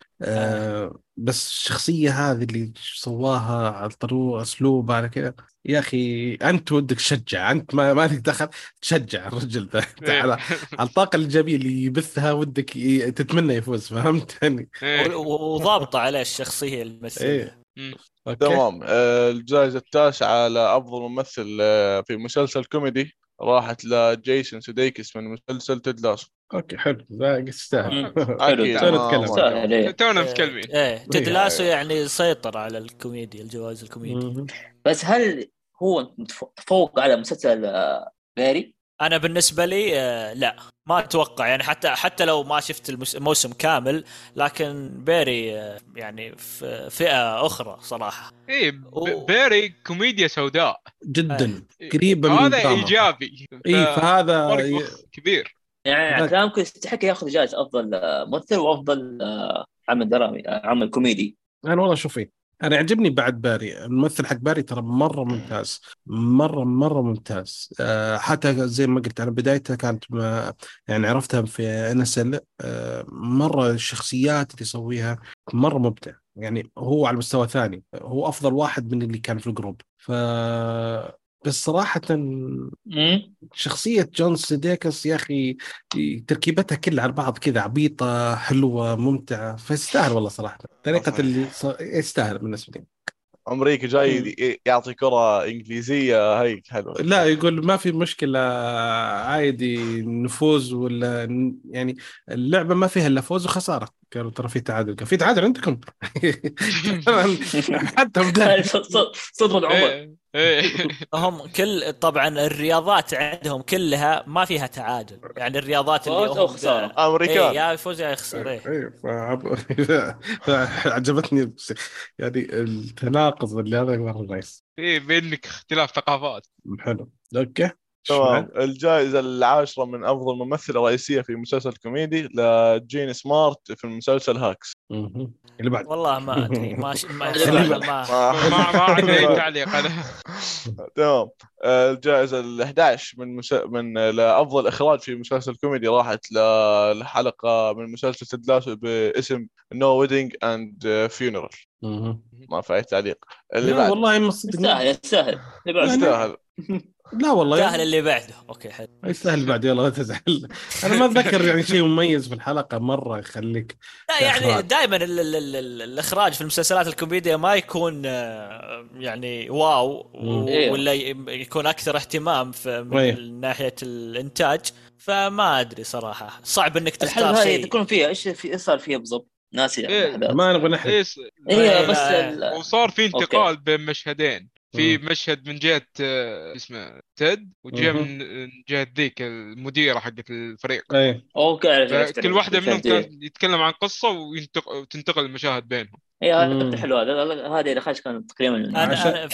بس الشخصيه هذه اللي سواها على طريقه اسلوب على كذا، يا اخي انت ودك تشجع، انت ما لك دخل تشجع الرجل ذا على الطاقه الايجابيه اللي يبثها، ودك تتمنى يفوز، فهمت يعني. وضابطه عليه الشخصيه الممثله. تمام. الجائزة التاسعة لأفضل ممثل في مسلسل كوميدي راحت لجيسون سوديكس من مسلسل تيد لاسو. اوكي حلو، لا يستاهل. اكيد تونا متكلمين. تيد لاسو يعني سيطر على الكوميديا، الجوائز الكوميدي. بس هل هو تفوق على مسلسل باري؟ انا بالنسبه لي لا ما اتوقع، يعني حتى لو ما شفت الموسم كامل، لكن بيري يعني في فئه اخرى صراحه. بيري كوميديا سوداء جدا قريبه من هذا ايجابي. فهذا كبير يعني كلامك يستحق ياخذ جائزه افضل ممثل وافضل عمل درامي، عمل كوميدي. انا والله شوفي، انا عجبني بعد باري، الممثل حق باري ترى مره ممتاز، مره ممتاز. حتى زي ما قلت انا بدايتها كانت يعني عرفتها في NSL. مره الشخصيات اللي يسويها مره مبدع، يعني هو على مستوى ثاني، هو افضل واحد من اللي كان في الجروب. بس صراحة شخصية جون سوديكس يا أخي تركيبتها كلها على بعض كذا عبيطة حلوة ممتعة، فيستاهل والله صراحة. طريقة اللي يستاهل بالنسبة لي. أمريكا جاي يعطي كرة إنجليزية هيك حلوة. لا يقول ما في مشكلة عادي نفوز، ولا يعني اللعبة ما فيها إلا فوز وخسارة. قالوا ترى في تعادل، في تعادل عندكم. حتى صدر العمر. هم طبعا الرياضات عندهم كلها ما فيها تعادل، يعني الرياضات اللي هم خسارة أمريكان يا يفوز يا يخسر. عجبتني يعني التناقض اللي هذا مرة نايس. بينك اختلاف ثقافات. حلو. اوكي تمام. الجائزة العاشرة من أفضل ممثلة رئيسية في مسلسل كوميدي لجين سمارت في المسلسل هاكس. اللي بعد والله ما أدري ما عندي تعليق أنا. تمام. الجائزة 11 من لأفضل إخراج في مسلسل كوميدي راحت للحلقة من مسلسل تيد لاسو باسم No Wedding and Funeral. ما في أي تعليق. اللي بعد والله يستاهل. يستاهل. لا والله يستاهل اللي بعده. اوكي حلو يستاهل بعد، يلا لا تزعل. انا ما اتذكر يعني شيء مميز في الحلقه مره يخليك. لا يعني دائما الاخراج في المسلسلات الكوميديا ما يكون يعني واو، ولا يكون اكثر اهتمام من ناحيه الانتاج. فما ادري صراحه، صعب انك تختار شيء تكون فيها ايش صار فيها بالضبط. ناسي ما نبغى نحرق. بس وصار في انتقال بين مشهدين. في مشهد من جهة اسمه تيد، وجهة من جهة ذيك المديرة حقت الفريق. اوكي. كل واحدة منهم كان يتكلم عن قصة وتنتقل المشاهد بينهم. هي هذا حلو، هذا النقاش كان تقريبا أنا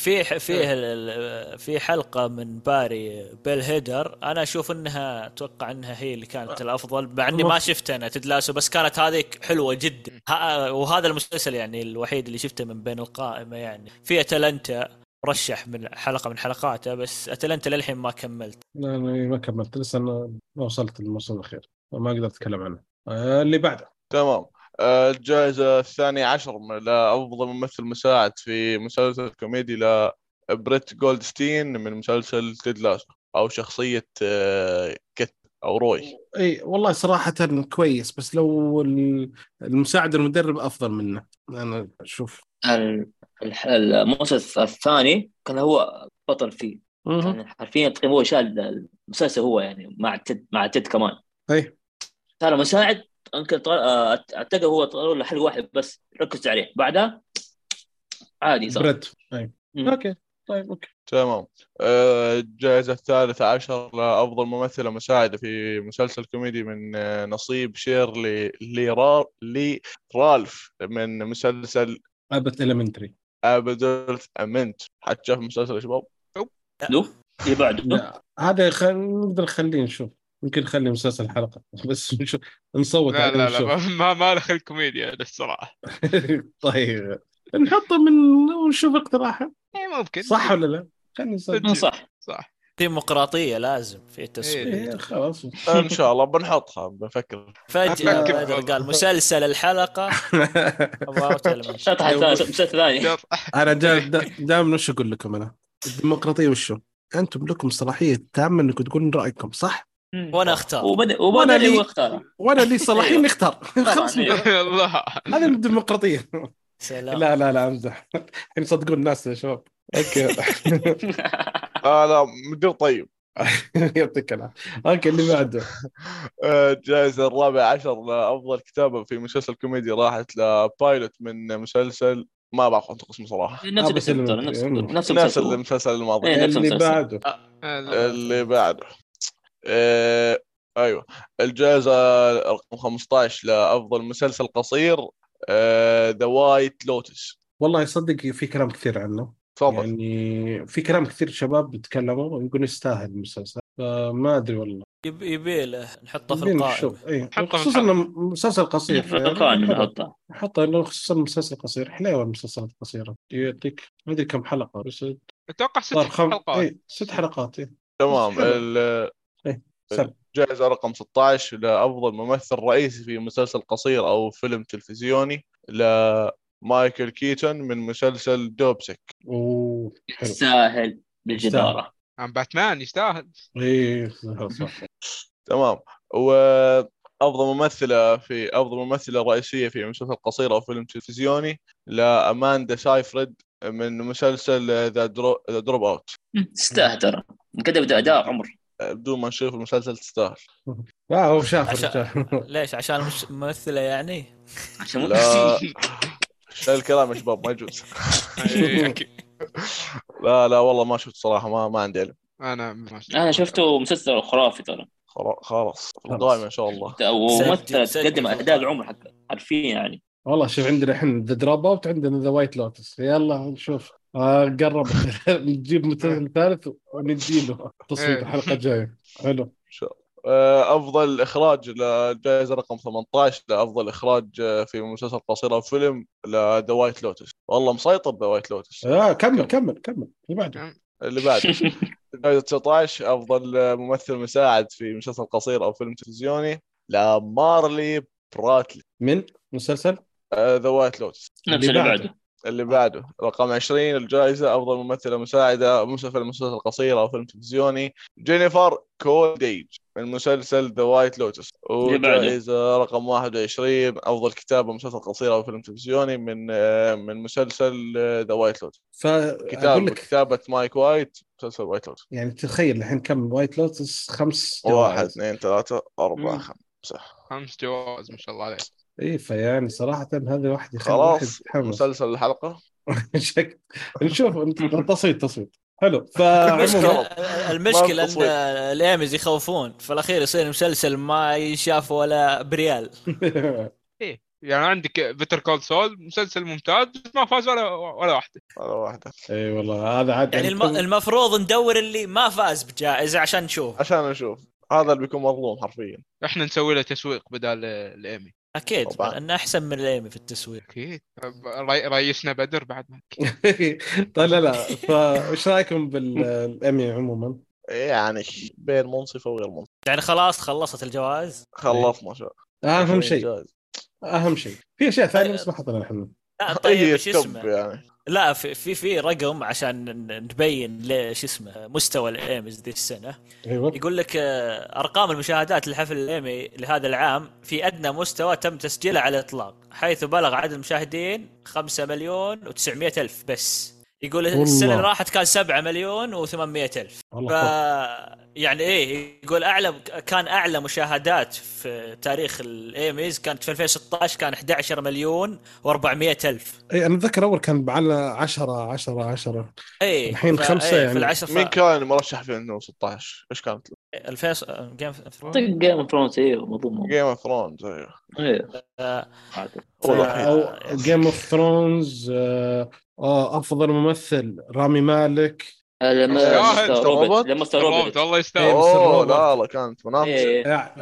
في حلقة من باري بيل هيدر، أنا أشوف إنها أتوقع إنها هي اللي كانت الأفضل، مع إني ما شفت أنا تدلاسو، بس كانت هذه حلوة جدا. وهذا المسلسل يعني الوحيد اللي شفته من بين القائمة، يعني في أتلانتا رشح من حلقة من حلقاته، بس أتلانتا للحين ما كملت. لا أنا ما كملت لسه، أنا ما وصلت للموسم الأخير وما أقدر أتكلم عنه. اللي بعده. تمام. الجائزة 12 لأفضل ممثل مساعد في مسلسل كوميدي لبريت جولدستين من مسلسل تيد لاسو، أو شخصية كت أو روي. اي والله صراحة كويس، بس لو المساعد المدرب افضل منه انا اشوف. الموسم الثاني كان هو بطل فيه، يعني حرفيا تقريبا هو شال المسلسل هو، يعني مع تيد كمان. اي صار مساعد يمكن اعتقد هو طلع له حلقة واحد بس ركزت عليه، بعدها عادي صار بريد. اي اوكي طيب اوكي تمام. الجائزة 13 لأفضل ممثلة مساعدة في مسلسل كوميدي من نصيب شيرلي لي رالف من مسلسل ابت اليمنتري. ابدولت امنت. حد شاف المسلسل يا شباب؟ له اللي بعده. لا هذا نقدر نخليه نشوف، يمكن نخلي مسلسل حلقة بس نصوت لا عليه لا لا ونشوف. ما له خلق كوميديا الصراحة. طيب نحطه ونشوف اقتراحه. ممكن صح ولا لا؟ خلينا نصدق. صح ديمقراطية لازم في تصويت. إيه خلاص ان شاء الله بنحطها، بفكر. فجأة قال مسلسل الحلقة. مسلسل ثاني. انا دائما وش اقول لكم انا، الديمقراطيه وشو، انتم لكم صلاحيه تامه انكم تقولون رايكم صح، وانا اختار وانا اللي اختار، وانا لي صلاحيه نختار. خلاص الله هذه الديمقراطيه. سلام. لا امزح، الحين صدقون الناس يا شباب. اوكي لا مدير طيب. يعطيك العافيه. اوكي اللي بعده. الجائزة 14 لأفضل كتابة في مسلسل كوميدي راحت لبايلوت من مسلسل ما بعرف أنطق اسمه صراحة. نفس المسلسل الماضي. اللي بعده. اللي بعده. أيوة. الجائزة رقم 15 لأفضل مسلسل قصير ذا وايت لوتس. والله يصدق في كلام كثير عنه. تفضل. يعني في كلام كثير شباب بيتكلموا ويقولوا يستاهل المسلسل، فما ادري والله. يبي له نحطه في القائمة. اي خصوصا انه مسلسل قصير نحطه انه خصوصا مسلسل قصير. حلوه المسلسلات القصيره يعطيك ما ادري كم حلقه، بس اتوقع 6 حلقات. 6 حلقات. تمام. الجائزة رقم 16 لأفضل ممثل رئيسي في مسلسل قصير أو فيلم تلفزيوني لمايكل كيتون من مسلسل دوبسك. يستاهل بالجدارة. عن باتمان يستاهل. ايه صح. تمام. وأفضل ممثلة رئيسية في مسلسل قصير أو فيلم تلفزيوني لأماندا سايفرد من مسلسل ذا دروب أوت. تستاهل ترى، قدمت أداء عمر بدون ما نشوف المسلسل تستاهل. هو شاف ليش؟ عشان ممثلة يعني؟ عشان لا الكلام يا شباب ما يجوز. لا والله ما شفت صراحة، ما عندي علم. أنا شفته مسلسل خرافي ترى. خلاص القائمة إن شاء الله. وممثلة تقدم أداء العمر حق عارفين يعني. والله شوف عندنا الحين ذا دروب اوت، عندنا ذا وايت لوتس، يلا نشوف قرب نجيب مثل ثالث ونديله تصويت الحلقة الجاية. حلو إن شاء الله. أفضل إخراج لجائزة رقم 18 لأفضل إخراج في مسلسل قصير أو فيلم لذا وايت لوتس. والله مسيطر ذا وايت لوتس. كمل اللي بعده. جائزة 19 أفضل ممثل مساعد في مسلسل قصير أو فيلم تلفزيوني لمارلي براتلي من مسلسل ذا وايت لوتس. اللي بعده رقم 20 الجائزة أفضل ممثلة مساعدة في مسلسل قصير أو فيلم تلفزيوني جينيفر كولديج من مسلسل ذا وايت لوتس. وجائزة رقم 21 أفضل كتابة مسلسل قصير أو فيلم تلفزيوني من مسلسل ذا وايت لوتس. كتابة مايك وايت مسلسل وايت لوتس. يعني تخيل الحين كم وايت لوتس؟ 5 1 2 3 4 5 5 جوائز ما شاء الله عليه. ايه فيعني صراحة هذا واحد يخلي خلاص واحد مسلسل الحلقة. نشوف تصويت حلو. المشكلة أن الأميز يخوفون في الأخير يصير مسلسل ما يشاف ولا بريال. يعني عندك بيتر كول سول مسلسل ممتاز بس ما فاز ولا واحده. اي والله هذا عاد يعني المفروض ندور اللي ما فاز بجائزة عشان نشوف هذا اللي بيكون مظلوم حرفيا. احنا نسوي له تسويق بدال الايمي. اكيد طبعاً. انه احسن من الايمي في التسويق. اكيد رئيسنا بدر بعد ما طيب لا فايش رايكم بالايمي عموما؟ يعني بين منصفه وغير منصفه. يعني خلاص خلصت الجوائز. خلصنا شو اهم شيء في اشياء ثانيه بس ما حطينا احنا. لا طيب هي ايش اسمه يعني. لا في رقم عشان نبين ليش اسمه مستوى الايميز دي السنه. أيوة. يقول لك ارقام المشاهدات لحفل الايمي لهذا العام في ادنى مستوى تم تسجيله على الاطلاق، حيث بلغ عدد المشاهدين 5,900,000 بس. يقول السنه اللي راحت كان 7,800,000. يعني ايه يقول كان اعلى مشاهدات في تاريخ الايميز كانت في 2016 كان 11,400,000. اي انا اتذكر اول كان على 10 اي الحين 5 يعني. مين كان مرشح في 2016 ايش كانت 2000 جيم اوف جيم اوف ثرونز مضمون جيم اوف ثرونز او جيم اوف ثرونز. افضل ممثل رامي مالك لما استغربت والله يستاهل. لا كانت منافسه.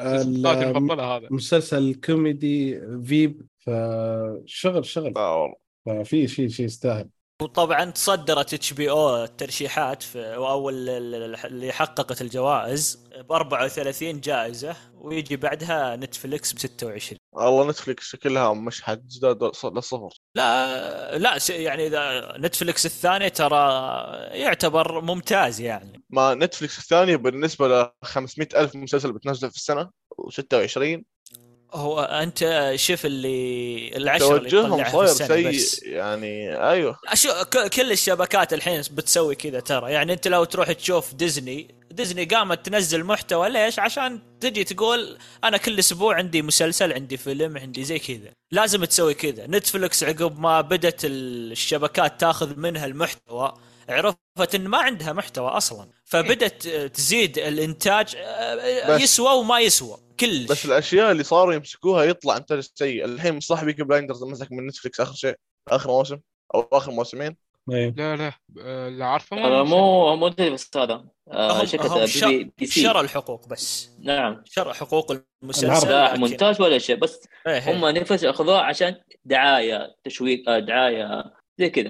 هذا مسلسل الكوميدي فيب فشغل ففي شيء يستاهل. وطبعا تصدرت HBO الترشيحات او اللي حققت الجوائز ب 34 جائزه، ويجي بعدها نتفليكس ب 26. والله نتفليكس كلها مش حتزداد للصفر. لا يعني اذا نتفليكس الثاني ترى يعتبر ممتاز يعني. ما نتفليكس الثانيه بالنسبه ل 500,000 مسلسل بتنزل في السنه و26. هو انت شوف العشرة اللي توجههم صاير سيء يعني. ايوه كل الشبكات الحين بتسوي كذا ترى. يعني انت لو تروح تشوف ديزني قامت تنزل محتوى ليش؟ عشان تجي تقول انا كل اسبوع عندي مسلسل عندي فيلم عندي زي كذا، لازم تسوي كذا. نتفليكس عقب ما بدت الشبكات تاخذ منها المحتوى عرفت ان ما عندها محتوى اصلا، فبدت تزيد الانتاج يسوى وما يسوى كل. بس الاشياء اللي صاروا يمسكوها يطلع انتاج سيء. الحين صاحبي بيكي بلايندرز مسك من نتفليكس اخر موسم او اخر موسمين. لا لا عارفه مو بس هذا شركه بي سي شرى الحقوق بس. نعم شرى حقوق المسلسل لا مونتاج ولا شيء، بس هم نفس اخذوها عشان دعايه تشويق دعايه زي كذا.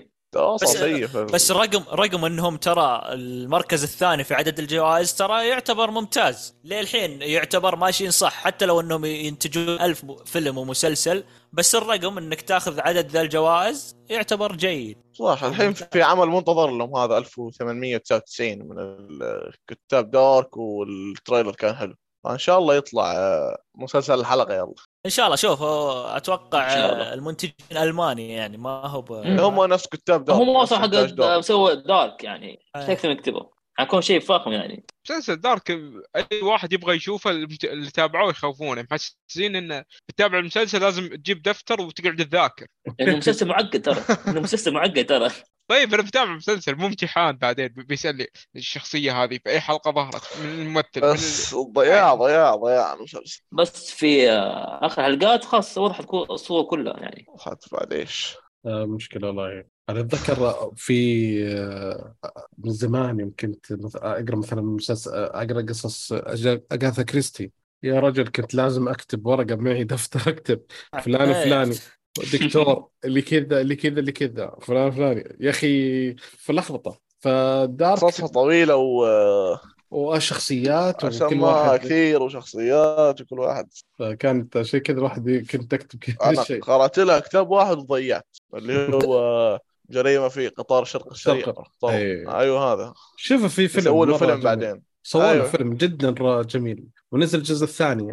بس رقم انهم ترى المركز الثاني في عدد الجوائز ترى يعتبر ممتاز للحين، يعتبر ماشيين صح حتى لو انهم ينتجون 1000 فيلم ومسلسل، بس الرقم انك تاخذ عدد ذا الجوائز يعتبر جيد صح. الحين في عمل منتظر لهم هذا 1899 من الكتاب دارك، والتريلر كان حلو. ان شاء الله يطلع مسلسل الحلقه. يلا ان شاء الله. شوف اتوقع المنتج الالماني يعني ما هو هم نفس كتاب دارك، هم اصلا حق سووا دارك يعني ايش نكتبه حيكون شيء فاخم يعني. مسلسل دارك اي واحد يبغى يشوفه اللي تابعوه يخوفونه، محسين انه تتابع المسلسل لازم تجيب دفتر وتقعد تذاكر انه مسلسل معقد ترى طيب انا بتابع مسلسل مو امتحان بعدين بيسألني الشخصيه هذه في اي حلقه ظهرت من الممثل بس ضياع المسلسل. بس في اخر حلقات خاص وضحت الصوره كلها يعني. بعد ايش مشكله والله. انا اتذكر في من زمان يمكن اقرا مثلا مسلسل اقرا قصص اغاثا كريستي. يا رجل كنت لازم اكتب ورقه معي دفتر اكتب فلاني دكتور اللي كذا فلان يا اخي في لخبطه. فدارك قصة طويله وشخصيات وكل واحد كثير وشخصيات وكل واحد. فكانت شيء كذا الواحد كنت اكتب كل شيء. انا قرأت لها كتاب واحد وضيعت اللي هو جريمة في قطار الشرق السريع. ايوه هذا. شوف في فيلم بعدين صوروا فيلم جدا جميل ونزل الجزء الثاني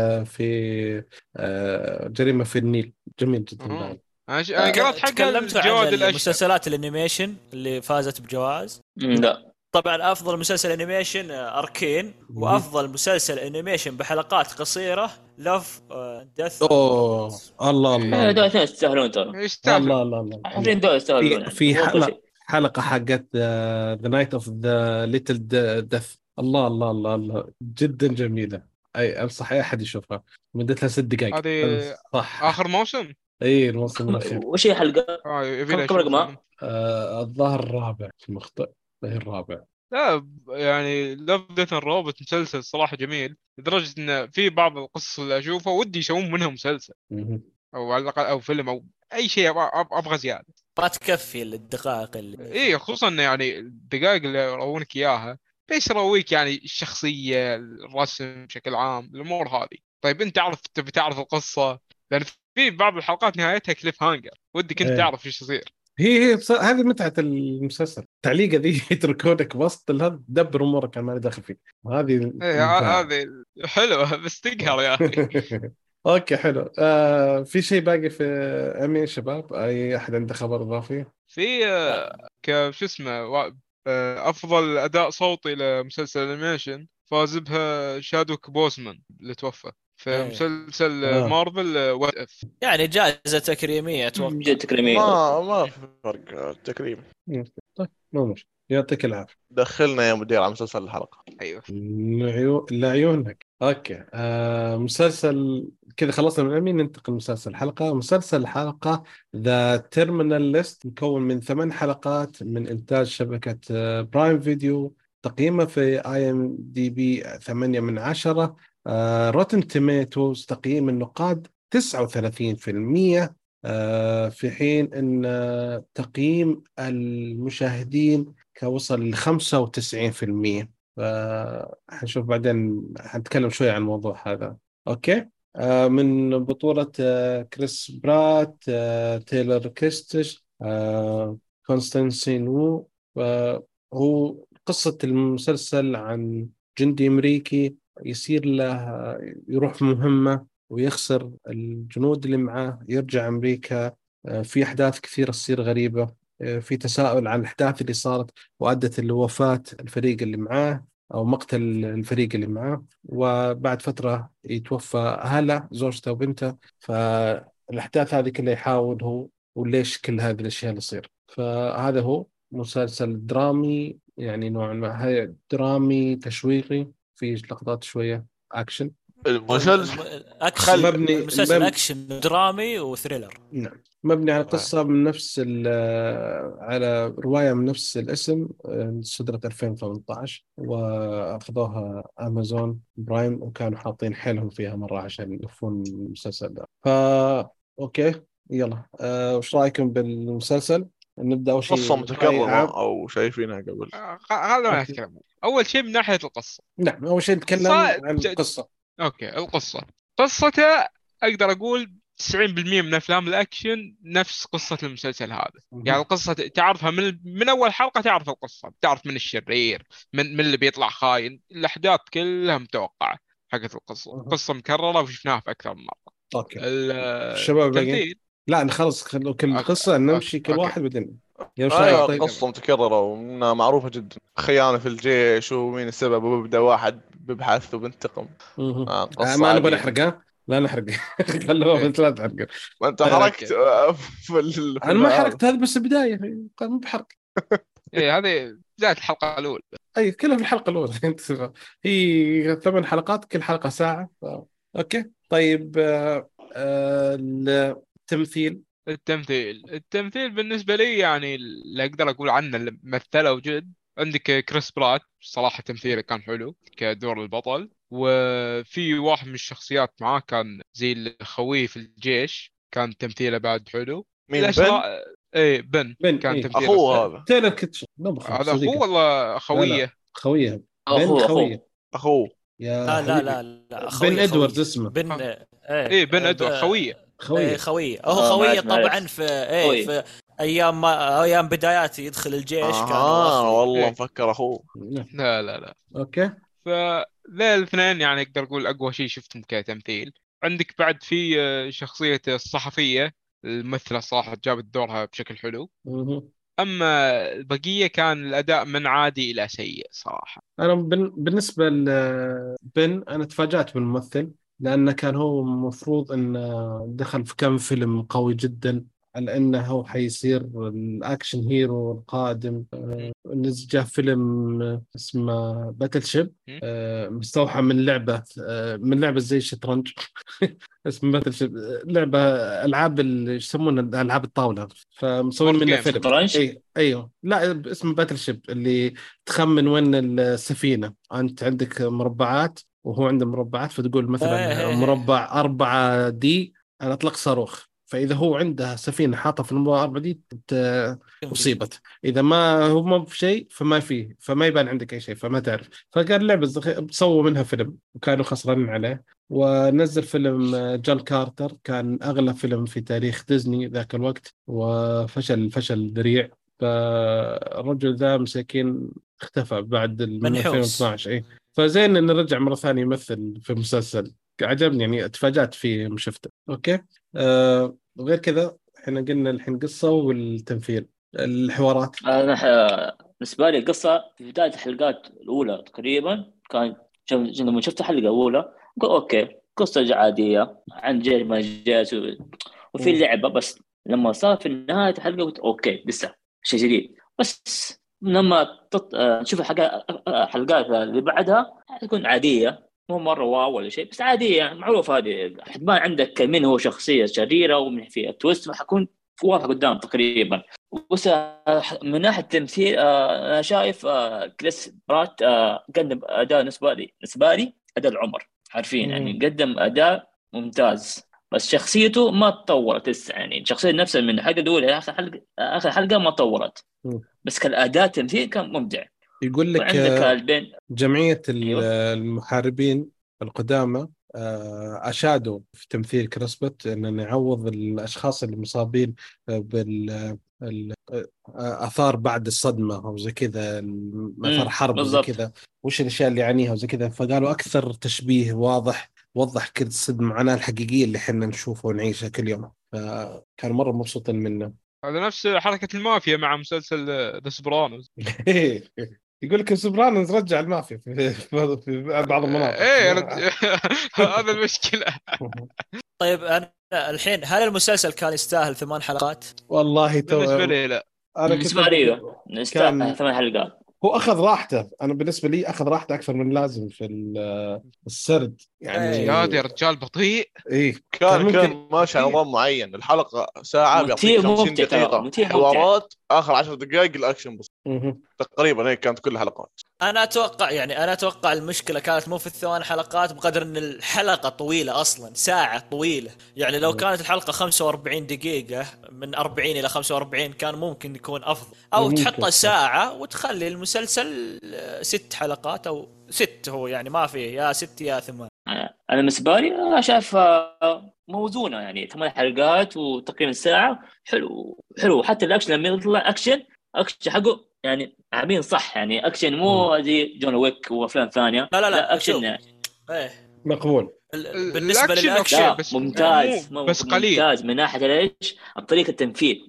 في جريمة في النيل جميل جدا. انا قرأت حق الجواد المسلسلات الانيميشن اللي فازت بجوائز. لا طبعا افضل مسلسل انيميشن اركين، وافضل مسلسل انيميشن بحلقات قصيره لوف ديث. الله دول يستاهلون ترى. الله عارفين دول يستاهلون. في حلقه حقت ذا نايت اوف ذا ليتل ديث. الله جدا جميله. اي انصح اي احد يشوفها، مدتها 6 دقائق. هذه صح. اخر موسم. اي الموسم الاخير. وش هي حلقه؟ يبي لي كم اشوف رقمها؟ أنا. الظاهر الرابع في مخطئ، هي الرابع. لا يعني لاف ديث روبوت مسلسل صراحه جميل، لدرجه ان في بعض القصص اللي اشوفها ودي يسوون منها مسلسل مهم. او على الاقل او فيلم او اي شيء، ابغى زياده. ما تكفي الدقائق اللي ايه خصوصا إنه يعني الدقائق اللي يروونك اياها بيش يرويك يعني الشخصيه، الرسم بشكل عام، الامور هذه. طيب انت تبي تعرف القصه، لان في بعض الحلقات نهايتها كليف هانجر، ودك انت إيه. تعرف ايش يصير. هي هذه متعة المسلسل، تعليقة ذي يتركونك وسط هذا، دبر امورك انا مالي داخل فيك، هذه ايه ممتعة. هذه حلوه بس تقهر يا اخي. اوكي حلو. في شيء باقي في امي شباب؟ اي احد عنده خبر اضافي؟ في شو اسمه افضل اداء صوتي لمسلسل انيميشن فاز بها شادوك بوزمان اللي توفى في إيه. مسلسل مارفل وات اف. يعني جائزة تكريمية اتوقع. جد تكريميه. ما في فرق تكريم. طيب مو مشكلة، يعطيك العافية. دخلنا يا مدير على مسلسل الحلقة. ايوه لعيونك. اوكي. مسلسل كذا خلصنا من امي، ننتقل لمسلسل الحلقة. مسلسل الحلقة ذا تيرمينال ليست، مكون من 8 حلقات من إنتاج شبكة برايم فيديو. تقييمه في IMDb 8/10. روتن توميتوز تقييم النقاد 39%. في حين أن تقييم المشاهدين كوصل ل 95%. حنشوف بعدين، حنتكلم شوي عن الموضوع هذا. أوكي. من بطولة كريس برات، تايلر كيستش، كونستانتين وو. هو قصة المسلسل عن جندي أمريكي يصير له يروح مهمة ويخسر الجنود اللي معاه، يرجع أمريكا. في أحداث كثيرة تصير غريبة. في تساؤل عن الأحداث اللي صارت وأدت لوفاة الفريق اللي معاه أو مقتل الفريق اللي معاه. وبعد فترة يتوفى هلا زوجته وبنته، فالأحداث هذه كلها يحاول هو وليش كل هذه الأشياء اللي تصير. فهذا هو مسلسل درامي، يعني نوعا ما هي درامي تشويقي، في لقطات شوية أكشن. المسلسل اكشن مبني المسلسل اكشن درامي وثريلر. نعم، مبني على قصة من نفس على رواية من نفس الاسم، صدرت 2018 وأخذوها أمازون برايم، وكانوا حاطين حيلهم فيها مرة عشان يلفون المسلسل ده. أوكي يلا. وش رأيكم بالمسلسل؟ نبدأ أول قصة شيء رأي عام. متكررة أو شايفينها قبل؟ هذا ما نتكلم. اول شيء من ناحيه القصه. نعم، أول شيء نتكلم عن القصة. اوكي قصته اقدر اقول 90% من افلام الاكشن نفس قصه المسلسل هذا. يعني القصه تعرفها من اول حلقه، تعرف القصه، تعرف من الشرير، من اللي بيطلع خاين، الاحداث كلها متوقعه حقت القصه. قصه مكرره وشفناها في اكثر من مره. أوكي. الشباب باقي؟ لا نخلص كل قصة نمشي كل واحد بعدين. أيوة طيب. قصة متكررة ومنها معروفة جدا، خيانة في الجيش ومين السبب، وبيبدأ واحد بيبحث وبينتقم. قصة ما نبغى عادية. نحرقها، لا نحرق. خلوها إيه. بس لا تحرق. ما أنت حركت أنا ما حرقت، هذا بس البداية، مو بحرق. ايه هذه بدايه الحلقه الاولى. أي كلها في الحلقة الأولى. هي 8 حلقات، كل حلقة ساعة. أوكي طيب. التمثيل. التمثيل بالنسبة لي يعني اللي أقدر أقول عنه اللي مثله جد، عندك كريس برات صراحة تمثيله كان حلو كدور البطل. وفي واحد من الشخصيات معاه كان زي الخويه في الجيش، كان تمثيله بعد حلو. مين بن؟ ايه بن كان إيه؟ تمثيله أخوه هذا. تايلر كيتش. هذا أخوه ولا خويه؟ خويه. أخوه. أخوه يا لا بن إدواردز اسمه. بن ايه بن ادوارد خويه. خويه هو خويه طبعا في في ايام بداياتي يدخل الجيش كان والله إيه. مفكر أخوه. لا اوكي. فذا الاثنين يعني اقدر اقول اقوى شيء شفتهم كتمثيل. عندك بعد في شخصية الصحفية، الممثلة صراحة جابت دورها بشكل حلو. اما البقية كان الاداء من عادي الى سيء صراحة. انا بالنسبه لبن، انا تفاجأت بالممثل، لانه كان هو المفروض انه دخل في كم فيلم قوي جدا على انه هو حيصير الاكشن هيرو القادم. نزل جاء فيلم اسمه باتل شيب، مستوحى من لعبه زي الشطرنج اسمه باتل شيب، لعبه العاب يسمونها العاب الطاوله، فمسوين منه فيلم. ايوه لا اسمه باتل شيب، اللي تخمن وين السفينه، انت عندك مربعات وهو عنده مربعات، فتقول مثلا مربع 4D انا اطلق صاروخ، فاذا هو عنده سفينه حاطه في المربع 4D اصيبت، اذا ما هو ما في شيء فما يبان عندك اي شيء، فما تعرف. فقال لعبه سووا منها فيلم وكانوا خسرانين عليه. ونزل فيلم جون كارتر، كان اغلى فيلم في تاريخ ديزني ذاك الوقت، وفشل فشل ذريع. فالرجل ذا مساكين اختفى بعد من 2012. اي فزين انه رجع مره ثانيه يمثل في مسلسل، عجبني يعني، تفاجأت فيه لما شفته. اوكي وغير كذا احنا قلنا الحين قصة والتمثيل، الحوارات. انا بالنسبه لي القصه في بدايه الحلقات الاولى تقريبا كان لما شفت الحلقه الاولى قلت اوكي قصه عاديه عن جيش ما جيش وفي اللعبه، بس لما صار في نهايه الحلقه قلت اوكي لسه شيء جديد. بس لما نشوف الحلقات اللي بعدها تكون عاديه، مو مرة واو ولا شيء، بس عادية يعني معروف. هذه حتبان عندك مين هو شخصية شريرة ومن في التويست حكون واضح قدام تقريبا. بس من ناحية التمثيل أنا شايف كريس برات قدم أداء بالنسبة لي أداء العمر حرفيا، يعني قدم أداء ممتاز، بس شخصيته ما تطورت لسه. يعني الشخصية نفسها من حلقة الأولى آخر حلقة ما طورت، بس كالأداء تمثيل كان ممتع. يقول لك جمعية المحاربين القدامى أشادوا في تمثيل كريس برات أنه يعوض الأشخاص اللي مصابين بالآثار بعد الصدمة أو زي كذا، آثار حرب وزي كذا، وش الأشياء اللي يعنيها وزي كذا. فقالوا أكثر تشبيه وضح كده المعاناة الحقيقية اللي حنا نشوفها ونعيشها كل يوم، فكان مرة مبسوطين منه. هذا نفس حركة المافيا مع مسلسل ذا سوبرانوس. يقول لك سوبرانوس رجع المافيا في بعض المناطق. هذا المشكلة. طيب أنا الحين هل المسلسل كان يستاهل 8 حلقات؟ والله بالنسبة لي لا. أنا بالنسبة لي يستاهل 8 حلقات. هو أخذ راحته، أنا بالنسبة لي أخذ راحته أكثر من لازم في السرد يعني. يا رجال بطيء. إيه كان ماشي على نظام معين، الحلقة ساعة بيعطيك 50 دقيقة حوارات، آخر 10 دقائق الأكشن بس. تقريبا هيك كانت كل الحلقات. أنا أتوقع المشكلة كانت مو في ال8 حلقات بقدر إن الحلقة طويلة أصلا، ساعة طويلة. يعني لو كانت الحلقة 45 دقيقة من 40 إلى 45 كان ممكن يكون أفضل، أو تحطها ساعة وتخلي المسلسل 6 حلقات أو 6، هو يعني ما فيه يا 6 يا 8. أنا بالنسبة لي أنا شايف موزونة، يعني 8 حلقات وتقريبا ساعة، حلو. حتى الأكشن لما يطلع أكشن حقه يعني عاملين صح، يعني أكشن مو زي جون ويك وأفلام ثانية. لا أكشن يعني مقبول بالنسبة للأكشن، بس ممتاز بس قليل ممتاز من ناحية ليش الطريقة التمثيل.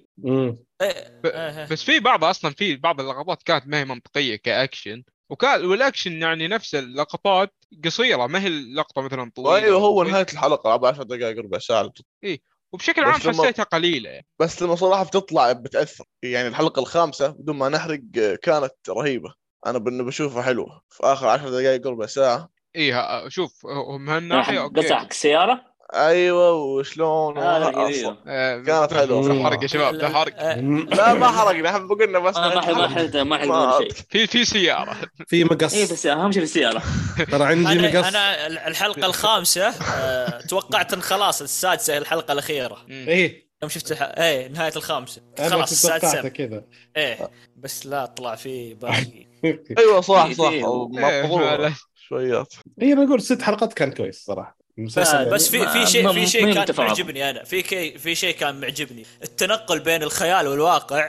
بس في بعض أصلا في بعض اللقطات كانت ما هي منطقية كأكشن، والأكشن يعني نفس اللقطات قصيرة، ما هي اللقطة مثلا طويلة. أيوه هو نهاية الحلقة 10 دقائق ربع ساعة. وبشكل عام حسيتها قليلة يعني. بس لما صراحة بتطلع بتأثر، يعني الحلقة الخامسة بدون ما نحرق كانت رهيبة، أنا بشوفها حلوة في آخر 10 دقائق ربع ساعة. شوف من هالناحية أوكي. قصعك السيارة ايوه وشلون كانت حلوه. حرق يا شباب، ده حرق. لا ما حرقنا، احنا بقولنا بس ما حرق شيء. في سياره، في مقص. بس اهم شيء في السياره. ترى عندي مقص. انا الحلقه الخامسه توقعت ان خلاص السادسه الحلقه الاخيره. ايه يوم شفت نهايه الخامسه خلاص السادسه كذا. بس لا طلع فيه باقي. ايوه صح مقبول شويات. انا اقول 6 حلقات كان كويس صراحه. بس في شيء كان معجبني انا، في شيء كان معجبني، التنقل بين الخيال والواقع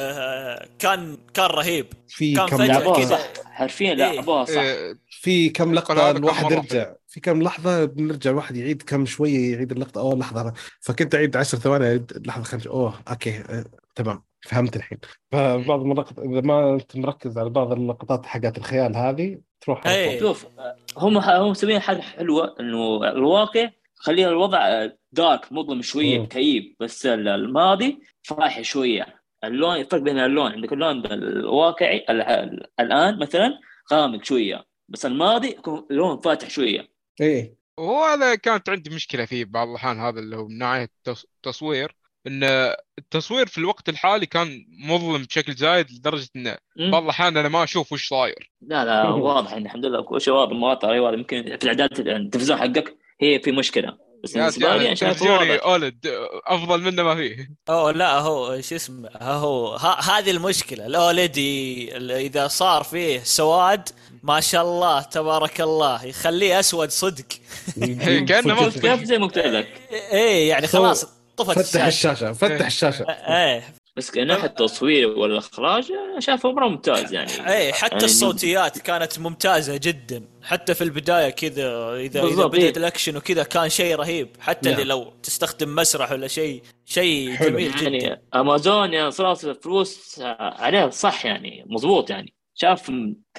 كان رهيب. كان فجأة كذا حرفيا لعبوها صح. في كم لقطة الواحد يرجع، في كم لحظة بنرجع الواحد يعيد كم شوية، يعيد اللقطة أول لحظة، فكنت أعيد 10 ثواني أعيد لحظة 5. أوكي تمام فهمت الحين. فبعض المرات إذا ما أنت مركز على بعض اللقطات حقات الخيال هذه تروح. شوف هم مسوين حاجة حلوة إنه الواقع خليها الوضع دارك مظلم شويه كئيب، بس الماضي فايح شويه. اللون الفرق بين اللون، عندك اللون الواقعي الان مثلا غامق شويه، بس الماضي يكون لون فاتح شويه. ايه وهذا كانت عندي مشكله فيه بعض الاحيان، هذا اللي هو من ناحيه التصوير، ان التصوير في الوقت الحالي كان مظلم بشكل زايد لدرجه ان بعض الاحيان انا ما اشوف وش صاير. لا واضح ان الحمد لله كل شيء واضح، مواطن ايوه. يمكن في الاعداد التلفزيون حقك هي في مشكله، بس بالنسبه لي انا شايف تلفزيوني اولد افضل منه ما فيه. لا هو شو اسمه، هو هذه المشكله الاولد اذا صار فيه سواد ما شاء الله تبارك الله يخليه اسود صدق. كانه ما كيف زي ما قلت لك. ايه يعني خلاص طفت فتح الشاشه فتح الشاشه. ايه بس كناحية التصوير والاخراج انا شايفه مره ممتاز يعني. ايه حتى يعني الصوتيات كانت ممتازه جدا، حتى في البدايه كذا اذا بدأت الاكشن وكذا كان شيء رهيب، حتى اللي لو تستخدم مسرح ولا شيء جميل يعني جدا. امازون يعني صراحه الفلوس عليه صح يعني مضبوط، يعني شاف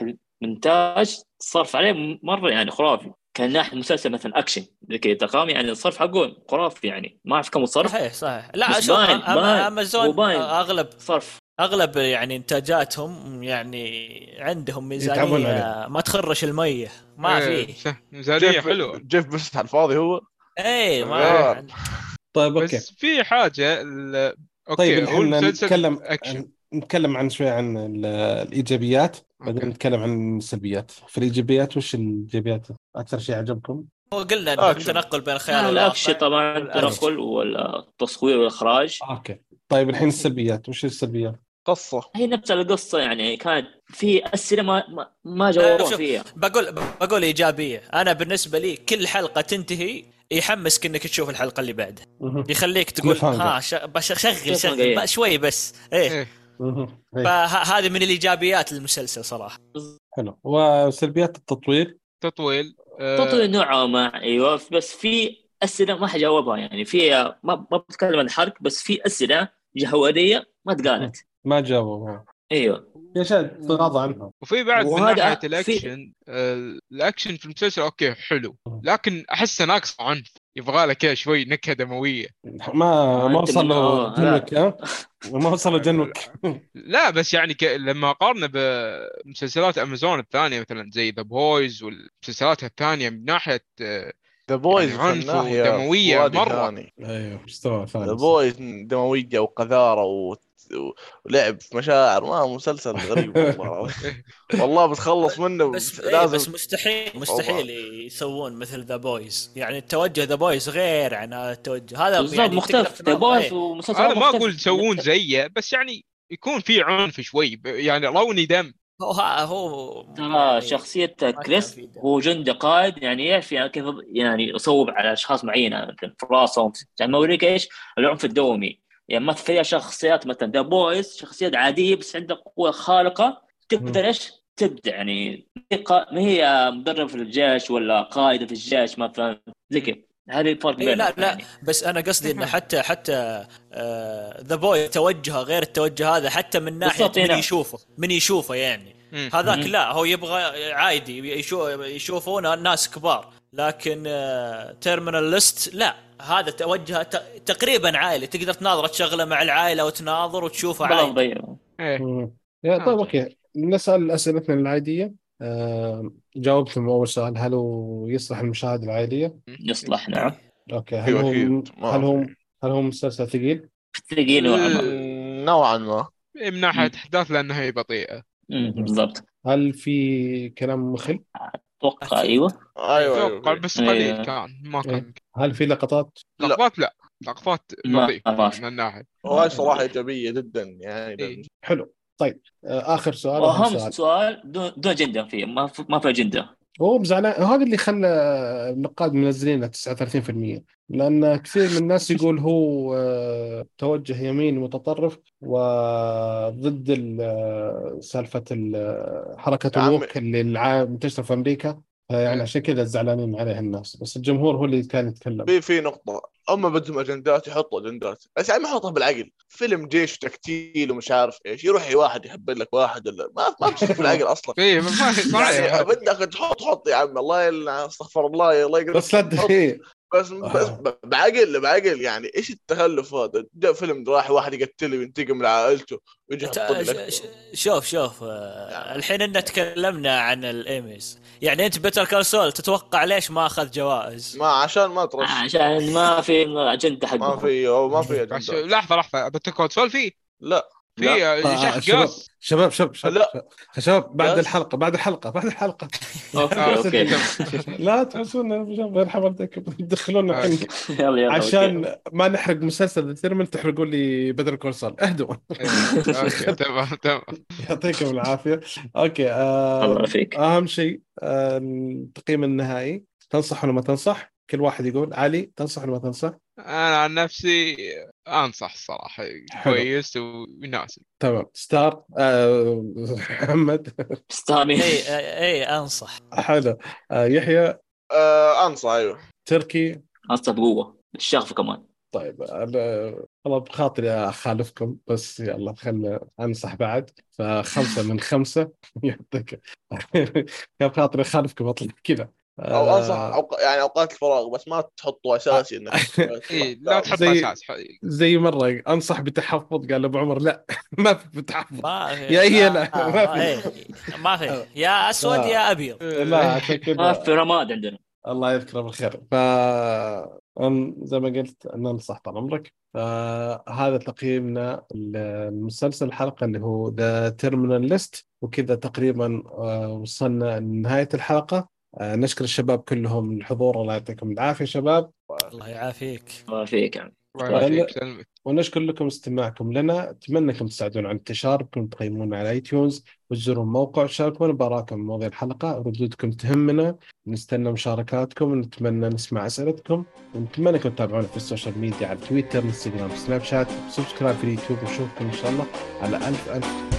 مونتاج صرف عليه مره يعني خرافي. كان ناحية مسلسل مثلا أكشن ذكي تقام يعني الصرف حقه خرافي يعني ما أعرف كم الصرف. صحيح لا شوف أمازون أغلب صرف أغلب يعني إنتاجاتهم يعني عندهم ميزانية ما تخرش المية ما فيه ميزانية حلوة. جيف بس على الفاضي هو. ما طيب أوكي. بس في حاجة طيب الحين نتكلم عن شوي عن الإيجابيات، بعدين نتكلم عن السلبيات. في الإيجابيات وش الإيجابيات أكثر شيء عجبكم؟ هو قلنا التنقل بين الخيال والواقع. الأكشن طبعا، التنقل والتصوير والإخراج. أوكي طيب الحين السلبيات وش السلبيات؟ قصة هي نفس القصة يعني كانت في أسئلة ما جاوبوا فيها. بقول إيجابية. أنا بالنسبة لي كل حلقة تنتهي يحمسك إنك تشوف الحلقة اللي بعدها، يخليك تقول بشغل شوي بس إيه. فهذه من الإيجابيات للمسلسل صراحة. حلو. وسلبيات التطوير نوعا ما أيوة، بس في أسئلة ما حجاوبها يعني. في ما بتكلم عن الحرق، بس في أسئلة جوهرية ما تقالت ما جاوبوا. ايوه يا شاد تغاضى عنها. وفي بعد من ناحيه الاكشن الاكشن في المسلسل اوكي حلو، لكن احسه ناقص عنف، يبغى له كذا شوي نكهه دمويه. ما وصل له جنوك ما وصل له جنوك. لا بس يعني لما قارنه بمسلسلات امازون الثانيه مثلا زي ذا بويز والمسلسلات الثانيه من ناحيه ذا بويز يعني عنف ودمويه مره. ايوه مستوى ثاني. ذا بويز دمويه وقذاره ولعب في مشاعر. ما مسلسل غريب والله. والله بتخلص منه بس مستحيل يسوون مثل ذا بويز. يعني التوجه ذا بويز غير عن التوجه هذا يعني مختلف. ذا بويز ومسلسل انا ما اقول يسوون زيه، بس يعني يكون في عنف شوي يعني روني دم. هو ترى شخصية كريس هو جندي قائد يعني يعرف يعني كيف يعني يصوب على أشخاص معينة مثلا في راسهم، يعني ما أوريك إيش العنف الدومي. يعني ما فيها شخصيات مثلا ذا بويز شخصيات عادية بس عندها قوة خارقة تقدر إيش تبدع يعني. ما هي مدرب في الجيش ولا قائد في الجيش مثلا زي كذا. هذه الفرق بينهم. لا يعني. بس أنا قصدي إن حتى ذا بوي توجهه غير التوجه هذا، حتى من ناحية من يشوفه يعني. هذاك لا هو يبغى عادي يشوفونه الناس كبار، لكن تيرمينال ليست لا هذا توجه تقريبا عائلي، تقدر تناظر تشغله مع العائلة وتناظر وتشوفه عادي. طيب اوكي نسأل أسئلتنا العادية. جاوبتم أول سؤال، هل هو يصلح المشاهدة العائلية؟ يصلح نعم. اوكي هل هو مسلسل ثقيل نوعا ما من ناحية أحداث لأنها هي بطيئة. بالضبط. هل في كلام مخل؟ أتوقع أيوة أتوقع بس قليل كان ما كان. هل في لقطات لا لقطات نظيفة من الناحية وهاي صراحة إيجابية جدا يعني. حلو. طيب آخر سؤال وأهم سؤال دون جندة فيه ما في أجندة. هو زعلان هذا اللي خلى النقاد منزلينه 39%، لأن كثير من الناس يقول هو توجه يمين متطرف وضد سالفة حركة الوك اللي منتشرة في أمريكا، يعني عشان كذا زعلانين عليه الناس. بس الجمهور هو اللي كان يتكلم. في نقطة أما بدهم أجندات يحطوا أجندات، بس يعني ما يحطها بالعقل. فيلم جيش تكتيل ومش عارف إيش يروح واحد يحب لك واحد ولا ما بتشوف بالعقل أصلا. ما يعني بدك تحط يا عم الله استغفر الله بس لا بس بعقل يعني ايش التخلف هذا؟ جاء فيلم راح واحد يقتله وينتقم لعائلته ويجي يحط لك. شوف الحين إن تكلمنا عن الايميز، يعني انت بيتر كول سول تتوقع ليش ما اخذ جوائز؟ ما عشان ما ترش، عشان ما في اجنده حقه، ما في أجندة. لحظه بيتر كول سول فيه لا في شخ قاص. شباب بعد الحلقة اوكي لا تحسون يرحم والديك تدخلونا الحين يلا عشان ما نحرق مسلسل الثيرمن تحرقوا لي بدر كورسال. اهدوا. اوكي تمام يعطيكم العافية. اوكي الله فيك. اهم شيء التقييم النهائي، تنصح ولا ما تنصح؟ كل واحد يقول. علي تنصح ولا ما تنصح؟ انا عن نفسي انصح الصراحه، كويس ويناسب. تمام. ستار محمد ستاني اي انصح. حلو. يحيى انصح. ايوه تركي انصح بقوه الشغف كمان. طيب والله بخاطري اخالفكم بس يلا خلنا انصح بعد، ف5 من 5 يعطيك. كان بخاطري اخالفكم اطلع كذا. او انصح يعني اوقات الفراغ، بس ما تحطوا اساسي انك لا تحط اساس. زي مره انصح بتحفظ قال ابو عمر لا ما في بتحفظ يا هي لا ما في يا اسود يا ابيض. لا عشان كذا ما في رماد عندنا. الله يذكره بالخير. زي ما قلت أن ننصح طال عمرك. هذا تقييمنا المسلسل الحلقة اللي هو The Terminal List، وكذا تقريبا وصلنا لنهاية الحلقة. نشكر الشباب كلهم الحضور، الله يعطيكم العافية شباب. الله يعافيك. الله فيك يعني. ونشكر لكم استماعكم لنا. أتمنى أنكم تساعدونا على الانتشار بكم تقيمونا على ايتونز وتزوروا الموقع وشاركونا براكم بمواضيع الحلقة. ردودكم تهمنا، نستنى مشاركاتكم، ونتمنى نسمع أسئلتكم، ونتمنى أنكم تتابعونا في السوشيال ميديا على تويتر انستغرام سناب شات، سبسكرايب في اليوتيوب، ونشوفكم إن شاء الله على ألف